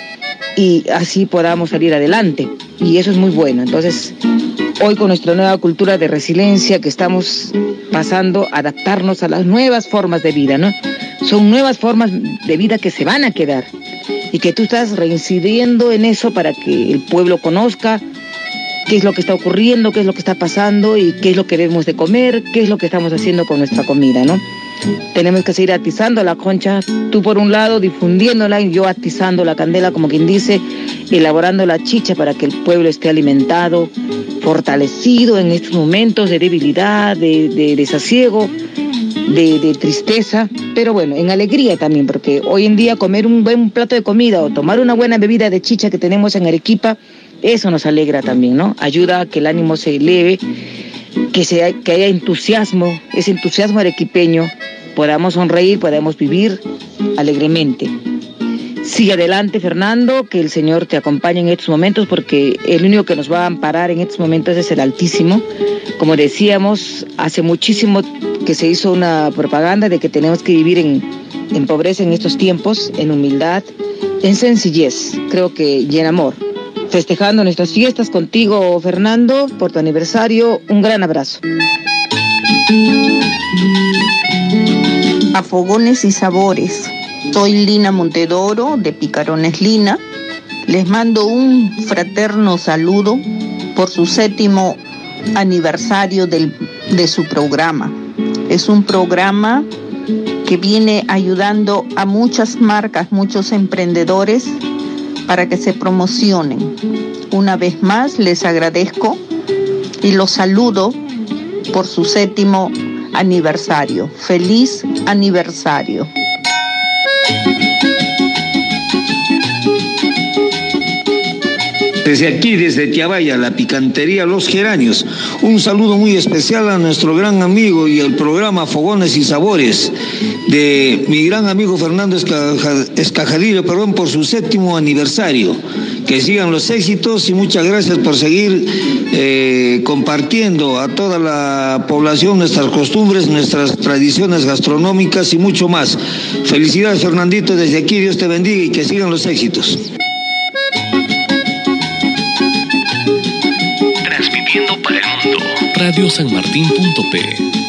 y así podamos salir adelante. Y eso es muy bueno. Entonces, hoy con nuestra nueva cultura de resiliencia que estamos pasando, adaptarnos a las nuevas formas de vida, ¿no? Son nuevas formas de vida que se van a quedar y que tú estás reincidiendo en eso para que el pueblo conozca qué es lo que está ocurriendo, qué es lo que está pasando y qué es lo que debemos de comer, qué es lo que estamos haciendo con nuestra comida, ¿no? Tenemos que seguir atizando la concha, tú por un lado difundiéndola y yo atizando la candela, como quien dice, elaborando la chicha para que el pueblo esté alimentado, fortalecido en estos momentos de debilidad, de, de desasiego, de, de tristeza, pero bueno, en alegría también, porque hoy en día comer un buen plato de comida o tomar una buena bebida de chicha que tenemos en Arequipa, eso nos alegra también, ¿no? Ayuda a que el ánimo se eleve, que, sea, que haya entusiasmo, ese entusiasmo arequipeño, podamos sonreír, podamos vivir alegremente. Sigue adelante, Fernando, que el Señor te acompañe en estos momentos, porque el único que nos va a amparar en estos momentos es el Altísimo. Como decíamos, hace muchísimo que se hizo una propaganda de que tenemos que vivir en, en pobreza en estos tiempos, en humildad, en sencillez, creo que, y en amor. Festejando nuestras fiestas contigo, Fernando, por tu aniversario. Un gran abrazo. A Fogones y Sabores. Soy Lina Montedoro, de Picarones Lina. Les mando un fraterno saludo por su séptimo aniversario del, de su programa. Es un programa que viene ayudando a muchas marcas, muchos emprendedores, para que se promocionen. Una vez más les agradezco y los saludo por su séptimo aniversario. ¡Feliz aniversario! Desde aquí, desde Tiabaya, la picantería Los Geranios, un saludo muy especial a nuestro gran amigo y el programa Fogones y Sabores de mi gran amigo Fernando Escajadillo, perdón, por su séptimo aniversario. Que sigan los éxitos y muchas gracias por seguir eh, compartiendo a toda la población nuestras costumbres, nuestras tradiciones gastronómicas y mucho más. Felicidades, Fernandito, desde aquí, Dios te bendiga y que sigan los éxitos. Transmitiendo para el mundo, radio san martín punto pe.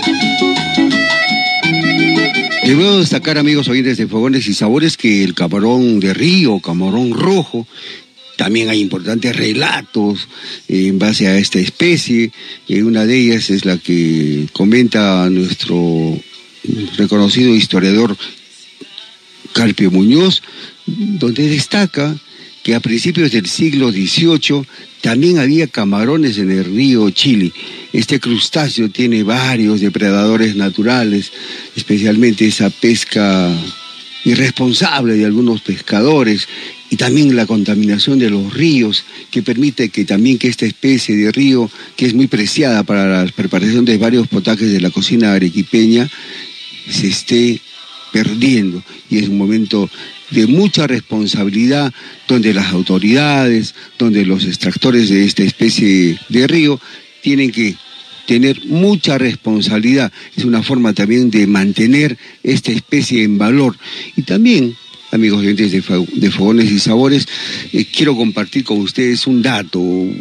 Debo destacar, amigos oyentes de Fogones y Sabores, que el camarón de río, camarón rojo, también hay importantes relatos en base a esta especie, y una de ellas es la que comenta nuestro reconocido historiador Carpio Muñoz, donde destaca que a principios del siglo dieciocho también había camarones en el río Chili. Este crustáceo tiene varios depredadores naturales, especialmente esa pesca irresponsable de algunos pescadores y también la contaminación de los ríos, que permite que también que esta especie de río, que es muy preciada para la preparación de varios potajes de la cocina arequipeña, se esté perdiendo. Y es un momento de mucha responsabilidad, donde las autoridades, donde los extractores de esta especie de río tienen que tener mucha responsabilidad. Es una forma también de mantener esta especie en valor. Y también amigos oyentes de, de Fogones y Sabores, eh, quiero compartir con ustedes un dato.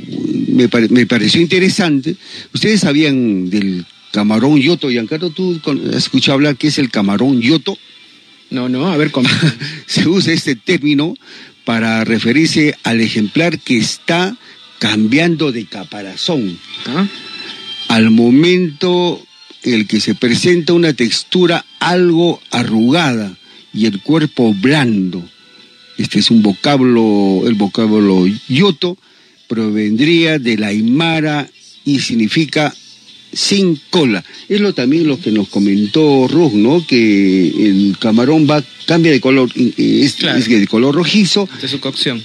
Me, pare, me pareció interesante. ¿Ustedes sabían del camarón yoto? Giancarlo, ¿tú has escuchado hablar qué es el camarón yoto? No, no, a ver cómo. Se usa este término para referirse al ejemplar que está cambiando de caparazón. ¿Ah? Al momento en el que se presenta una textura algo arrugada y el cuerpo blando. Este es un vocablo, el vocablo yoto provendría de la aymara y significa sin cola. Es lo también lo que nos comentó Ruth, ¿no? Que el camarón va, cambia de color, es, claro. es de color rojizo. De su cocción.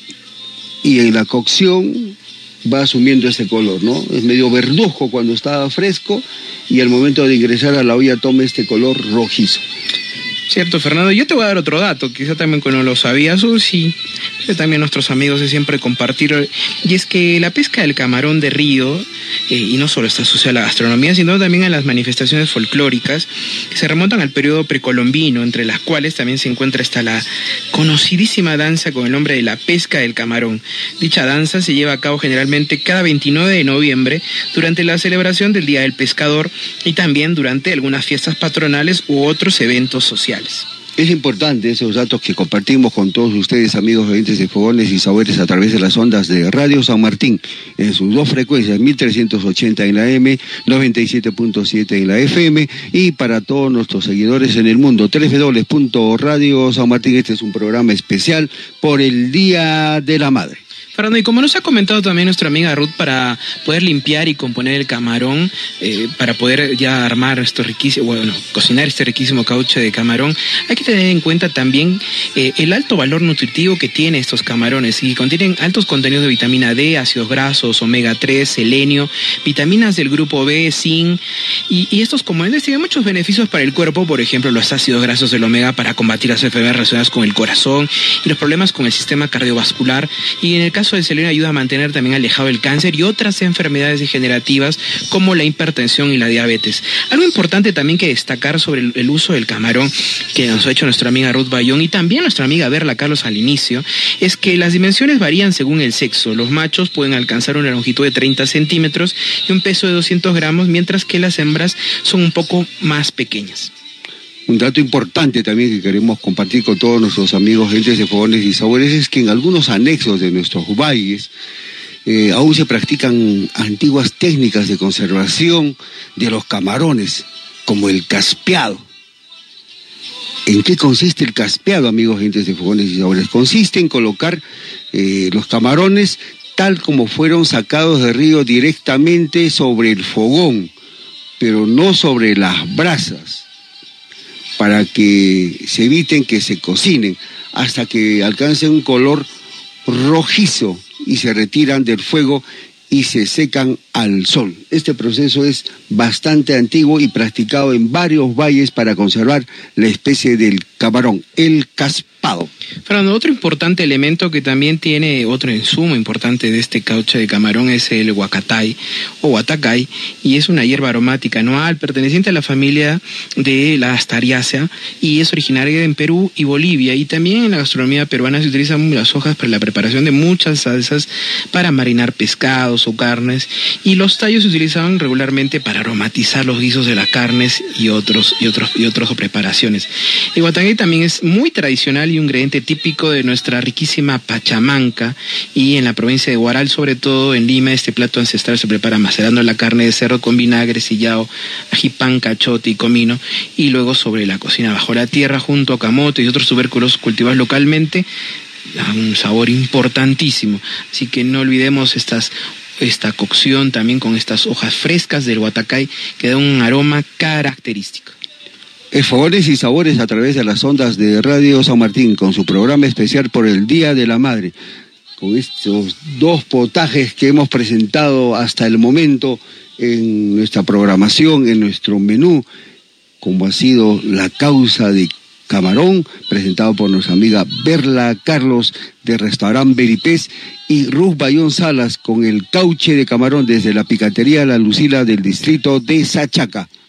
Y en la cocción va asumiendo ese color, ¿no? Es medio verdojo cuando está fresco y al momento de ingresar a la olla toma este color rojizo. Cierto, Fernando. Yo te voy a dar otro dato, quizá también cuando lo sabías, o sí, también nuestros amigos de siempre compartir, y es que la pesca del camarón de río, eh, y no solo está asociada a la gastronomía, sino también a las manifestaciones folclóricas, que se remontan al periodo precolombino, entre las cuales también se encuentra esta la conocidísima danza con el nombre de la pesca del camarón. Dicha danza se lleva a cabo generalmente cada veintinueve de noviembre, durante la celebración del Día del Pescador, y también durante algunas fiestas patronales u otros eventos sociales. Es importante esos datos que compartimos con todos ustedes, amigos oyentes de Fogones y Sabores, a través de las ondas de Radio San Martín, en sus dos frecuencias, mil trescientos ochenta en la A M, noventa y siete punto siete en la F M, y para todos nuestros seguidores en el mundo, doble u doble u doble u punto radio san martín. Este es un programa especial por el Día de la Madre. Fernando, y como nos ha comentado también nuestra amiga Ruth, para poder limpiar y componer el camarón, eh, para poder ya armar esto riquísimo, bueno, cocinar este riquísimo cauche de camarón, hay que tener en cuenta también eh, el alto valor nutritivo que tiene estos camarones, y contienen altos contenidos de vitamina D, ácidos grasos, omega tres, selenio, vitaminas del grupo B, zinc, y, y estos componentes tienen muchos beneficios para el cuerpo, por ejemplo, los ácidos grasos del omega para combatir las enfermedades relacionadas con el corazón y los problemas con el sistema cardiovascular, y en el caso del selenio ayuda a mantener también alejado el cáncer y otras enfermedades degenerativas como la hipertensión y la diabetes. Algo importante también que destacar sobre el, el uso del camarón que nos ha hecho nuestra amiga Ruth Bayón y también nuestra amiga Berla Carlos al inicio, es que las dimensiones varían según el sexo. Los machos pueden alcanzar una longitud de treinta centímetros y un peso de doscientos gramos, mientras que las hembras son un poco más pequeñas. Un dato importante también que queremos compartir con todos nuestros amigos gentes de Fogones y Sabores es que en algunos anexos de nuestros valles eh, aún se practican antiguas técnicas de conservación de los camarones, como el caspeado. ¿En qué consiste el caspeado, amigos gentes de Fogones y Sabores? Consiste en colocar eh, los camarones tal como fueron sacados del río directamente sobre el fogón, pero no sobre las brasas, para que se eviten que se cocinen hasta que alcancen un color rojizo y se retiran del fuego y se secan al sol. Este proceso es bastante antiguo y practicado en varios valles para conservar la especie del camarón, el caspado. Fernando, otro importante elemento que también tiene, otro insumo importante de este cauche de camarón es el huacatay o huatacay, y es una hierba aromática anual perteneciente a la familia de la Astariacea y es originaria en Perú y Bolivia, y también en la gastronomía peruana se utilizan las hojas para la preparación de muchas salsas para marinar pescados o carnes, y los tallos se utilizaban regularmente para aromatizar los guisos de las carnes y otros y otros y otras preparaciones. El huatacay también es muy tradicional y un ingrediente típico de nuestra riquísima Pachamanca, y en la provincia de Huaral, sobre todo en Lima, este plato ancestral se prepara macerando la carne de cerdo con vinagre, sillao, ajipán, cachote y comino, y luego sobre la cocina bajo la tierra junto a camote y otros tubérculos cultivados localmente, da un sabor importantísimo. Así que no olvidemos estas esta cocción también con estas hojas frescas del huatacay que da un aroma característico. Fogones y Sabores a través de las ondas de Radio San Martín, con su programa especial por el Día de la Madre, con estos dos potajes que hemos presentado hasta el momento en nuestra programación, en nuestro menú, como ha sido la causa de camarón, presentado por nuestra amiga Berla Carlos de Restaurant Beripés, y Ruth Bayón Salas con el cauche de camarón desde la picantería La Lucila del distrito de Sachaca.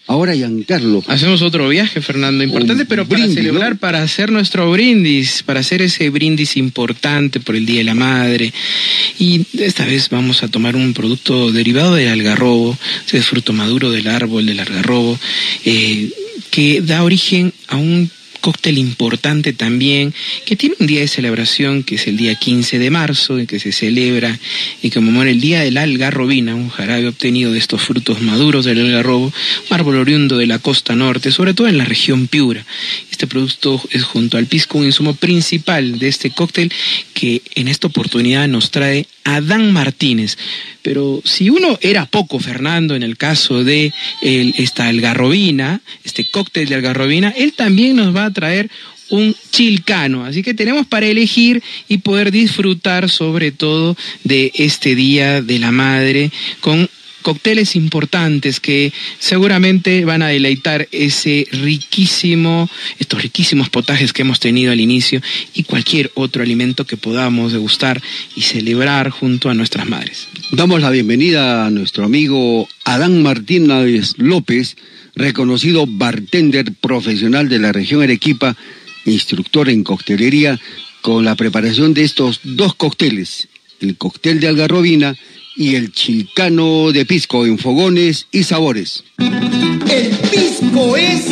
Ahora, Giancarlo. Hacemos otro viaje, Fernando, importante, pero para brindis, celebrar, ¿no? Para hacer nuestro brindis, para hacer ese brindis importante por el Día de la Madre. Y esta vez vamos a tomar un producto derivado del algarrobo, ese fruto maduro del árbol del algarrobo, eh, que da origen a un cóctel importante también, que tiene un día de celebración, que es el día quince de marzo, en que se celebra y conmemora el Día de la Algarrobina, un jarabe obtenido de estos frutos maduros del algarrobo, un árbol oriundo de la costa norte, sobre todo en la región Piura. Este producto es, junto al pisco, un insumo principal de este cóctel que en esta oportunidad nos trae Adán Martínez. Pero si uno era poco, Fernando, en el caso de el, esta algarrobina, este cóctel de algarrobina, él también nos va a traer un chilcano, así que tenemos para elegir y poder disfrutar sobre todo de este Día de la Madre con cócteles importantes que seguramente van a deleitar ese riquísimo, estos riquísimos potajes que hemos tenido al inicio y cualquier otro alimento que podamos degustar y celebrar junto a nuestras madres. Damos la bienvenida a nuestro amigo Adán Martínez López, reconocido bartender profesional de la región Arequipa, instructor en coctelería, con la preparación de estos dos cócteles, el cóctel de algarrobina y el chilcano de pisco en fogones y sabores. El pisco es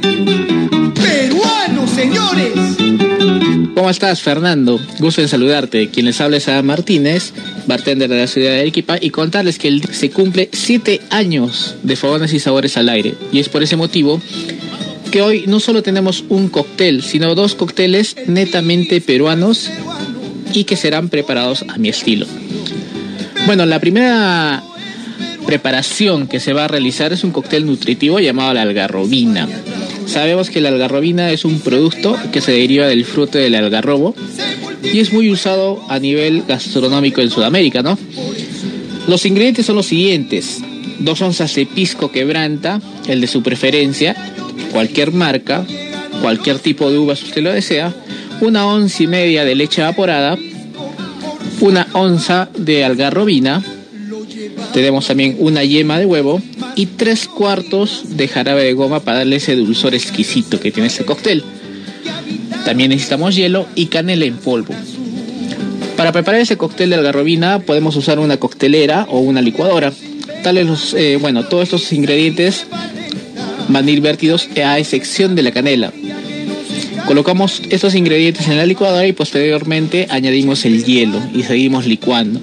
peruano, señores. ¿Cómo estás, Fernando? Gusto en saludarte. Quien les habla es Adán Martínez, bartender de la ciudad de Arequipa, y contarles que el, se cumple siete años de Fogones y Sabores al aire. Y es por ese motivo que hoy no solo tenemos un cóctel, sino dos cócteles netamente peruanos y que serán preparados a mi estilo. Bueno, la primera preparación que se va a realizar es un cóctel nutritivo llamado la algarrobina. Sabemos que la algarrobina es un producto que se deriva del fruto del algarrobo y es muy usado a nivel gastronómico en Sudamérica, ¿no? Los ingredientes son los siguientes: dos onzas de pisco quebranta, el de su preferencia, cualquier marca, cualquier tipo de uva si usted lo desea, una onza y media de leche evaporada, una onza de algarrobina, tenemos también una yema de huevo y tres cuartos de jarabe de goma para darle ese dulzor exquisito que tiene este cóctel. También necesitamos hielo y canela en polvo. Para preparar ese cóctel de algarrobina podemos usar una coctelera o una licuadora. Tales los, eh, bueno, todos estos ingredientes van a ir vertidos a excepción de la canela. Colocamos estos ingredientes en la licuadora y posteriormente añadimos el hielo y seguimos licuando.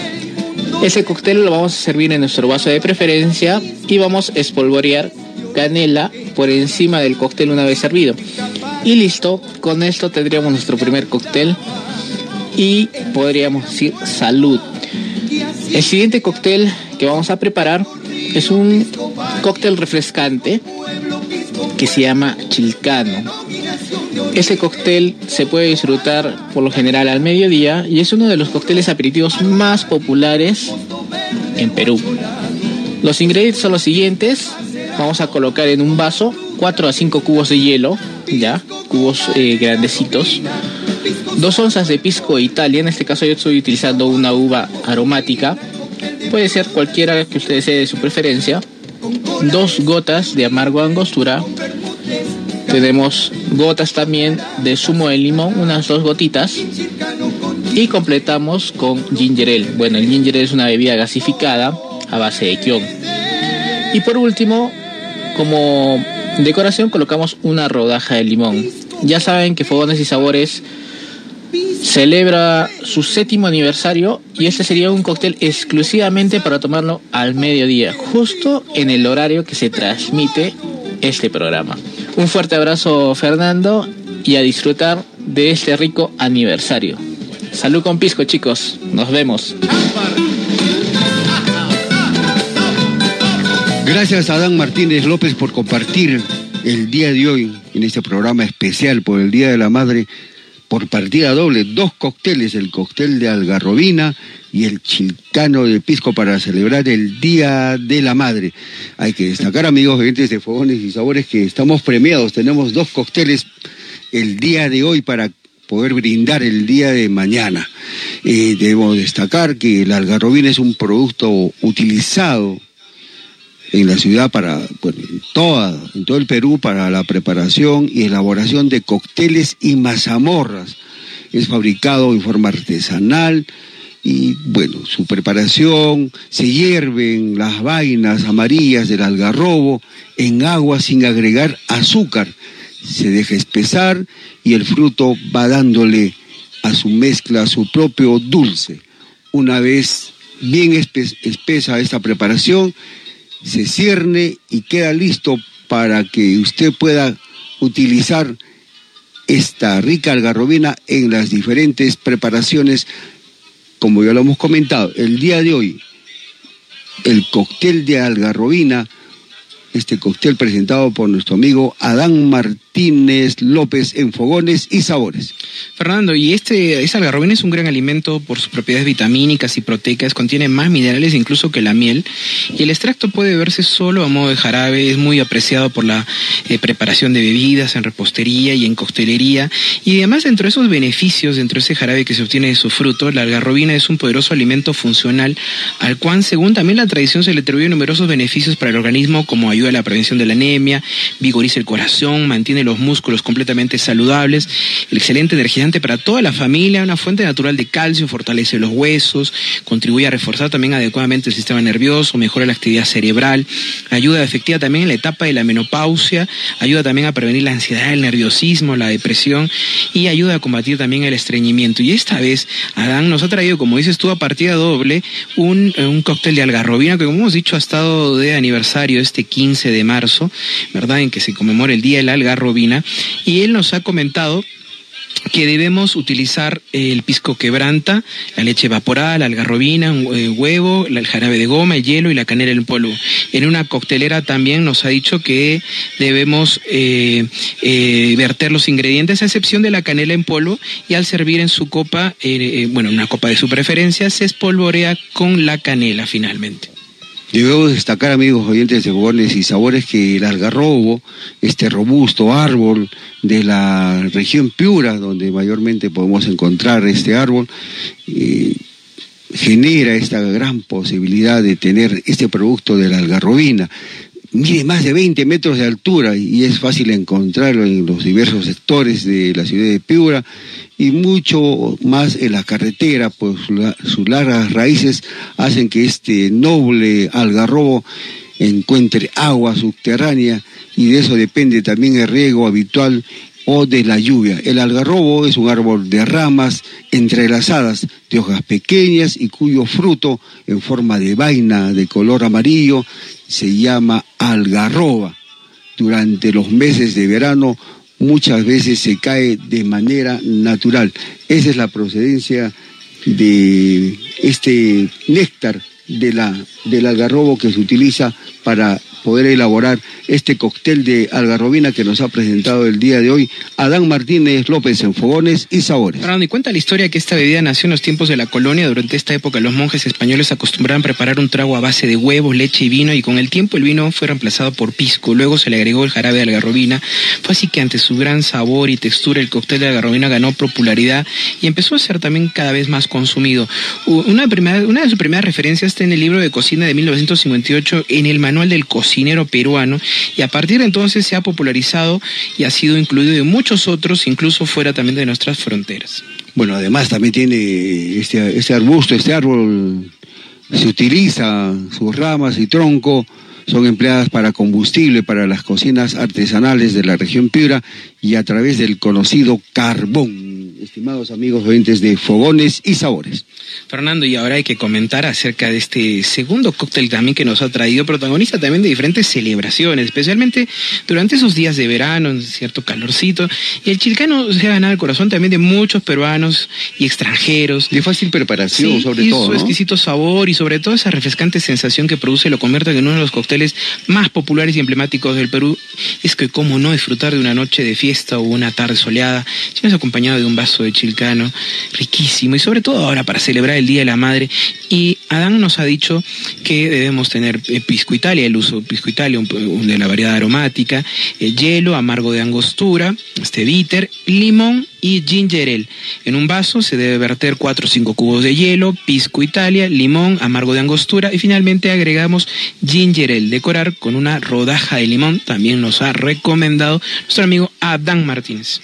Ese cóctel lo vamos a servir en nuestro vaso de preferencia y vamos a espolvorear canela por encima del cóctel una vez servido. Y listo, con esto tendríamos nuestro primer cóctel y podríamos decir salud. El siguiente cóctel que vamos a preparar es un cóctel refrescante que se llama chilcano. Ese cóctel se puede disfrutar por lo general al mediodía y es uno de los cócteles aperitivos más populares en Perú. Los ingredientes son los siguientes: vamos a colocar en un vaso cuatro a cinco cubos de hielo, ya, cubos eh, grandecitos, dos onzas de pisco Italia, en este caso yo estoy utilizando una uva aromática, puede ser cualquiera que usted desee de su preferencia, dos gotas de amargo angostura, tenemos gotas también de zumo de limón, unas dos gotitas, y completamos con ginger ale. Bueno, el ginger ale es una bebida gasificada a base de kion. Y por último, como decoración, colocamos una rodaja de limón. Ya saben que Fogones y Sabores celebra su séptimo aniversario y este sería un cóctel exclusivamente para tomarlo al mediodía, justo en el horario que se transmite este programa. Un fuerte abrazo, Fernando, y a disfrutar de este rico aniversario. Salud con pisco, chicos. Nos vemos. Gracias a Adán Martínez López por compartir el día de hoy en este programa especial por el Día de la Madre, por partida doble, dos cócteles, el cóctel de algarrobina y el chilcano de pisco para celebrar el Día de la Madre. Hay que destacar, amigos oyentes de Fogones y Sabores, que estamos premiados, tenemos dos cócteles el día de hoy para poder brindar el día de mañana. Eh, debemos destacar que la algarrobina es un producto utilizado en la ciudad, para, bueno, en, toda, en todo el Perú, para la preparación y elaboración de cócteles y mazamorras. Es fabricado en forma artesanal y, bueno, su preparación, se hierven las vainas amarillas del algarrobo en agua sin agregar azúcar. Se deja espesar y el fruto va dándole a su mezcla su propio dulce. Una vez bien espe- espesa esta preparación, se cierne y queda listo para que usted pueda utilizar esta rica algarrobina en las diferentes preparaciones, como ya lo hemos comentado. El día de hoy, el cóctel de algarrobina, este cóctel presentado por nuestro amigo Adán Martínez López en Fogones y Sabores. Fernando, y este, esta algarrobina es un gran alimento por sus propiedades vitamínicas y proteicas, contiene más minerales incluso que la miel, y el extracto puede beberse solo a modo de jarabe, es muy apreciado por la eh, preparación de bebidas en repostería y en coctelería, y además dentro de esos beneficios, dentro de ese jarabe que se obtiene de su fruto, la algarrobina es un poderoso alimento funcional, al cual según también la tradición se le atribuye numerosos beneficios para el organismo, como ayuda a la prevención de la anemia, vigoriza el corazón, mantiene los músculos completamente saludables, el excelente energizante para toda la familia, una fuente natural de calcio, fortalece los huesos, contribuye a reforzar también adecuadamente el sistema nervioso, mejora la actividad cerebral, ayuda efectiva también en la etapa de la menopausia, ayuda también a prevenir la ansiedad, el nerviosismo, la depresión y ayuda a combatir también el estreñimiento. Y esta vez Adán nos ha traído, como dices tú, a partida doble, un, un cóctel de algarrobina que, como hemos dicho, ha estado de aniversario este quince de marzo, ¿verdad?, en que se conmemora el Día de la Algarrobina, y él nos ha comentado que debemos utilizar el pisco quebranta, la leche evaporada, la algarrobina, un eh, huevo, el jarabe de goma, el hielo y la canela en polvo. En una coctelera también nos ha dicho que debemos eh, eh, verter los ingredientes, a excepción de la canela en polvo, y al servir en su copa, eh, eh, bueno, una copa de su preferencia, se espolvorea con la canela finalmente. Debemos destacar, amigos oyentes de Fogones y Sabores, que el algarrobo, este robusto árbol de la región Piura, donde mayormente podemos encontrar este árbol, eh, genera esta gran posibilidad de tener este producto de la algarrobina. Mide más de veinte metros de altura y es fácil encontrarlo en los diversos sectores de la ciudad de Piura y mucho más en la carretera, pues la, sus largas raíces hacen que este noble algarrobo encuentre agua subterránea y de eso depende también el riego habitual o de la lluvia. El algarrobo es un árbol de ramas entrelazadas, de hojas pequeñas y cuyo fruto en forma de vaina de color amarillo se llama algarroba. Durante los meses de verano muchas veces se cae de manera natural. Esa es la procedencia de este néctar de la, del algarrobo que se utiliza para poder elaborar este cóctel de algarrobina que nos ha presentado el día de hoy Adán Martínez López en Fogones y Sabores. Fernando, y cuenta la historia que esta bebida nació en los tiempos de la colonia. Durante esta época los monjes españoles acostumbraban preparar un trago a base de huevos, leche y vino, y con el tiempo el vino fue reemplazado por pisco. Luego se le agregó el jarabe de algarrobina. Fue así que ante su gran sabor y textura el cóctel de algarrobina ganó popularidad y empezó a ser también cada vez más consumido. Una, primera, una de sus primeras referencias está en el libro de cocina de mil novecientos cincuenta y ocho, en el manual del cocinero peruano, y a partir de entonces se ha popularizado y ha sido incluido en muchos otros, incluso fuera también de nuestras fronteras. Bueno, además también tiene este, este arbusto, este árbol, se utiliza, sus ramas y tronco son empleadas para combustible para las cocinas artesanales de la región Piura y a través del conocido carbón. Estimados amigos oyentes de Fogones y Sabores. Fernando, y ahora hay que comentar acerca de este segundo cóctel también que nos ha traído, protagonista también de diferentes celebraciones, especialmente durante esos días de verano, en cierto calorcito, y el chilcano se ha ganado el corazón también de muchos peruanos y extranjeros. De fácil preparación, sí, sobre y todo, su ¿no? exquisito sabor y sobre todo esa refrescante sensación que produce lo convierte en uno de los cócteles más populares y emblemáticos del Perú. Es que cómo no disfrutar de una noche de fiesta o una tarde soleada, si no es acompañado de un vaso de chilcano riquísimo, y sobre todo ahora para celebrar el Día de la Madre y Adán nos ha dicho que debemos tener eh, pisco Italia, el uso de pisco Italia, un, un de la variedad aromática, eh, hielo, amargo de angostura, este bitter, limón y ginger ale. En un vaso se debe verter cuatro o cinco cubos de hielo, pisco Italia, limón, amargo de angostura y finalmente agregamos ginger ale. Decorar con una rodaja de limón, también nos ha recomendado nuestro amigo Adán Martínez.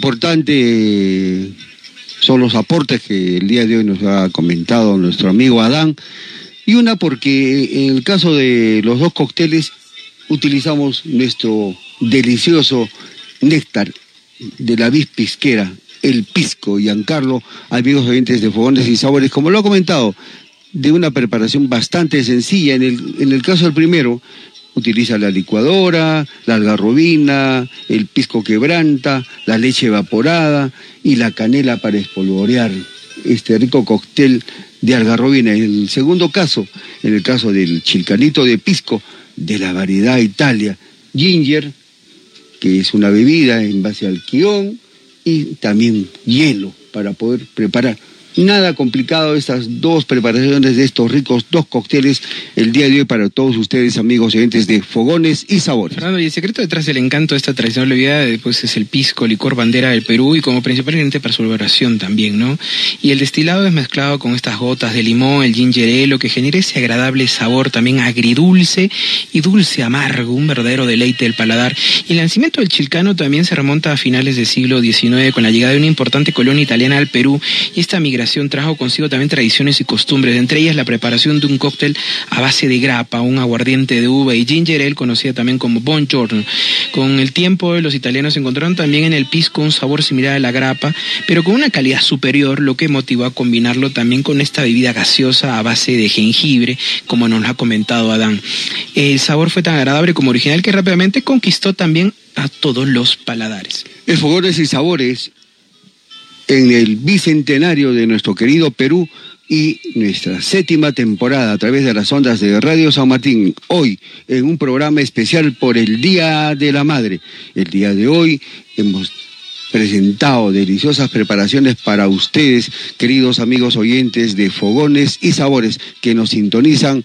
Importante son los aportes que el día de hoy nos ha comentado nuestro amigo Adán, y una porque en el caso de los dos cócteles utilizamos nuestro delicioso néctar de la vid pisquera, el pisco Giancarlo, amigos oyentes de Fogones y Sabores, como lo ha comentado, de una preparación bastante sencilla. En el, en el caso del primero, utiliza la licuadora, la algarrobina, el pisco quebranta, la leche evaporada y la canela para espolvorear este rico cóctel de algarrobina. En el segundo caso, en el caso del chilcanito de pisco, de la variedad Italia, ginger, que es una bebida en base al quión, y también hielo para poder preparar. Nada complicado estas dos preparaciones de estos ricos dos cócteles el día de hoy para todos ustedes, amigos y oyentes de Fogones y Sabores. Fernando, y el secreto detrás del encanto de esta tradicional bebida pues, es el pisco, licor bandera del Perú, y como principal ingrediente para su elaboración también, ¿no? Y el destilado es mezclado con estas gotas de limón, el ginger ale, lo que genera ese agradable sabor también agridulce y dulce amargo, un verdadero deleite del paladar. Y el nacimiento del chilcano también se remonta a finales del siglo diecinueve con la llegada de una importante colonia italiana al Perú, y esta migración trajo consigo también tradiciones y costumbres, entre ellas la preparación de un cóctel a base de grappa, un aguardiente de uva y ginger ale, conocida también como buongiorno. Con el tiempo los italianos encontraron también en el pisco un sabor similar a la grappa, pero con una calidad superior, lo que motivó a combinarlo también con esta bebida gaseosa a base de jengibre, como nos lo ha comentado Adán. El sabor fue tan agradable como original que rápidamente conquistó también a todos los paladares. El Fogones y Sabores en el bicentenario de nuestro querido Perú y nuestra séptima temporada a través de las ondas de Radio San Martín, hoy en un programa especial por el Día de la Madre. El día de hoy hemos presentado deliciosas preparaciones para ustedes, queridos amigos oyentes de Fogones y Sabores, que nos sintonizan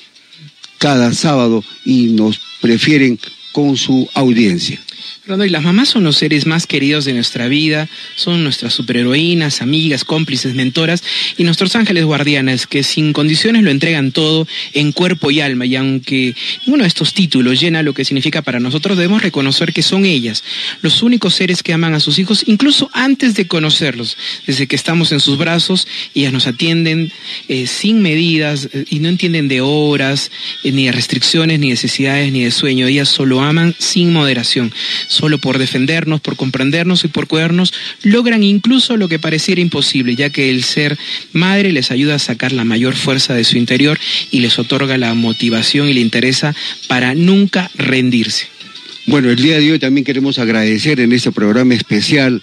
cada sábado y nos prefieren con su audiencia. Fernando, y las mamás son los seres más queridos de nuestra vida, son nuestras superheroínas, amigas, cómplices, mentoras y nuestros ángeles guardianes que sin condiciones lo entregan todo en cuerpo y alma, y aunque ninguno de estos títulos llena lo que significa para nosotros, debemos reconocer que son ellas los únicos seres que aman a sus hijos incluso antes de conocerlos. Desde que estamos en sus brazos, ellas nos atienden eh, sin medidas eh, y no entienden de horas, eh, ni de restricciones, ni necesidades, ni de sueño. Ellas solo aman sin moderación. Solo por defendernos, por comprendernos y por cuidarnos, logran incluso lo que pareciera imposible, ya que el ser madre les ayuda a sacar la mayor fuerza de su interior y les otorga la motivación y la interesa para nunca rendirse. Bueno, el día de hoy también queremos agradecer en este programa especial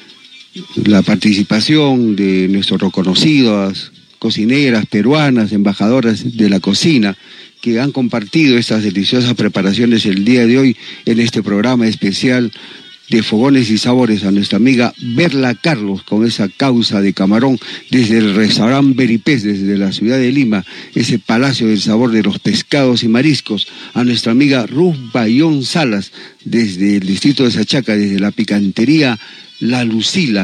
la participación de nuestras reconocidas cocineras peruanas, embajadoras de la cocina, que han compartido estas deliciosas preparaciones el día de hoy en este programa especial de Fogones y Sabores. A nuestra amiga Berla Carlos con esa causa de camarón desde el restaurante Beripés, desde la ciudad de Lima, ese palacio del sabor de los pescados y mariscos. A nuestra amiga Ruth Bayón Salas desde el distrito de Sachaca, desde la picantería La Lucila,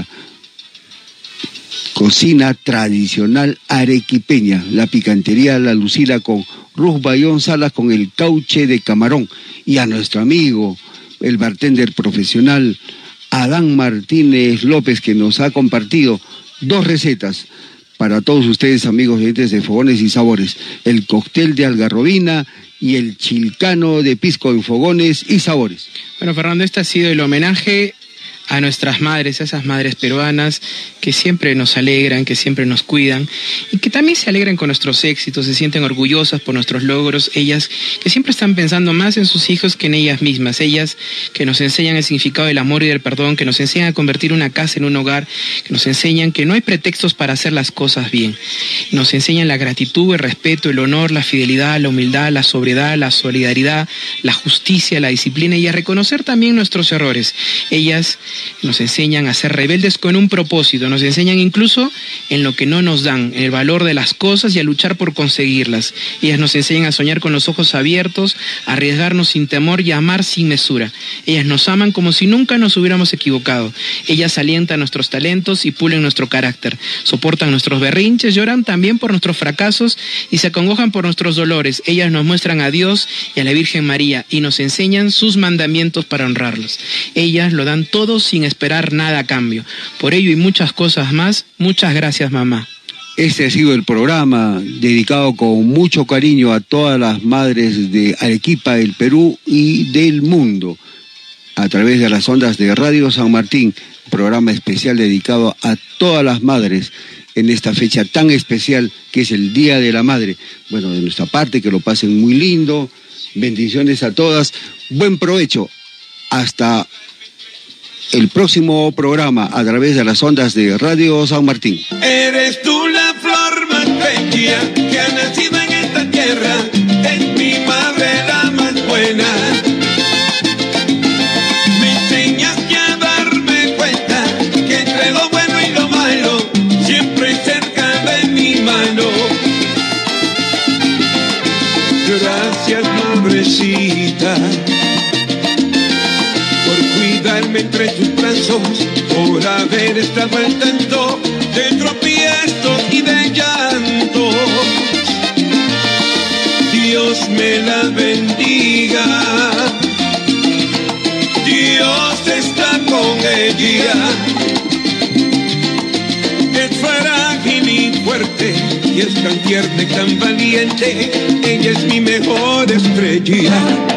cocina tradicional arequipeña, la picantería La Lucila con Ruth Bayón Salas con el cauche de camarón. Y a nuestro amigo, el bartender profesional Adán Martínez López, que nos ha compartido dos recetas para todos ustedes, amigos oyentes de Fogones y Sabores: el cóctel de algarrobina y el chilcano de pisco en Fogones y Sabores. Bueno, Fernando, este ha sido el homenaje a nuestras madres, a esas madres peruanas que siempre nos alegran, que siempre nos cuidan y que también se alegran con nuestros éxitos, se sienten orgullosas por nuestros logros, ellas que siempre están pensando más en sus hijos que en ellas mismas, ellas que nos enseñan el significado del amor y del perdón, que nos enseñan a convertir una casa en un hogar, que nos enseñan que no hay pretextos para hacer las cosas bien, nos enseñan la gratitud, el respeto, el honor, la fidelidad, la humildad, la sobriedad, la solidaridad, la justicia, la disciplina y a reconocer también nuestros errores. Ellas nos enseñan a ser rebeldes con un propósito, nos enseñan incluso en lo que no nos dan, en el valor de las cosas y a luchar por conseguirlas. Ellas nos enseñan a soñar con los ojos abiertos, a arriesgarnos sin temor y a amar sin mesura. Ellas nos aman como si nunca nos hubiéramos equivocado. Ellas alientan nuestros talentos y pulen nuestro carácter, soportan nuestros berrinches, lloran también por nuestros fracasos y se acongojan por nuestros dolores. Ellas nos muestran a Dios y a la Virgen María y nos enseñan sus mandamientos para honrarlos. Ellas lo dan todo sin esperar nada a cambio. Por ello y muchas cosas más, muchas gracias, mamá. Este ha sido el programa dedicado con mucho cariño a todas las madres de Arequipa, del Perú y del mundo, a través de las ondas de Radio San Martín, programa especial dedicado a todas las madres en esta fecha tan especial que es el Día de la Madre. Bueno, de nuestra parte, que lo pasen muy lindo, bendiciones a todas, buen provecho, hasta el próximo programa a través de las ondas de Radio San Martín. Eres tú la flor más bella que ha nacido en esta tierra, es mi madre la más buena. Me enseñaste a darme cuenta que entre lo bueno y lo malo siempre cerca de mi mano. Gracias, madrecita, cuidarme entre tus brazos, por haber estado al tanto de tropiezos y de llantos. Dios me la bendiga, Dios está con ella. Es frágil y fuerte, y es tan tierna y tan valiente, ella es mi mejor estrella.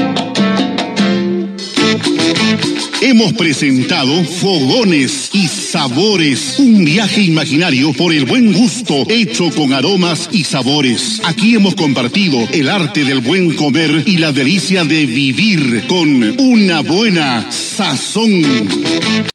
Hemos presentado Fogones y Sabores, un viaje imaginario por el buen gusto hecho con aromas y sabores. Aquí hemos compartido el arte del buen comer y la delicia de vivir con una buena sazón.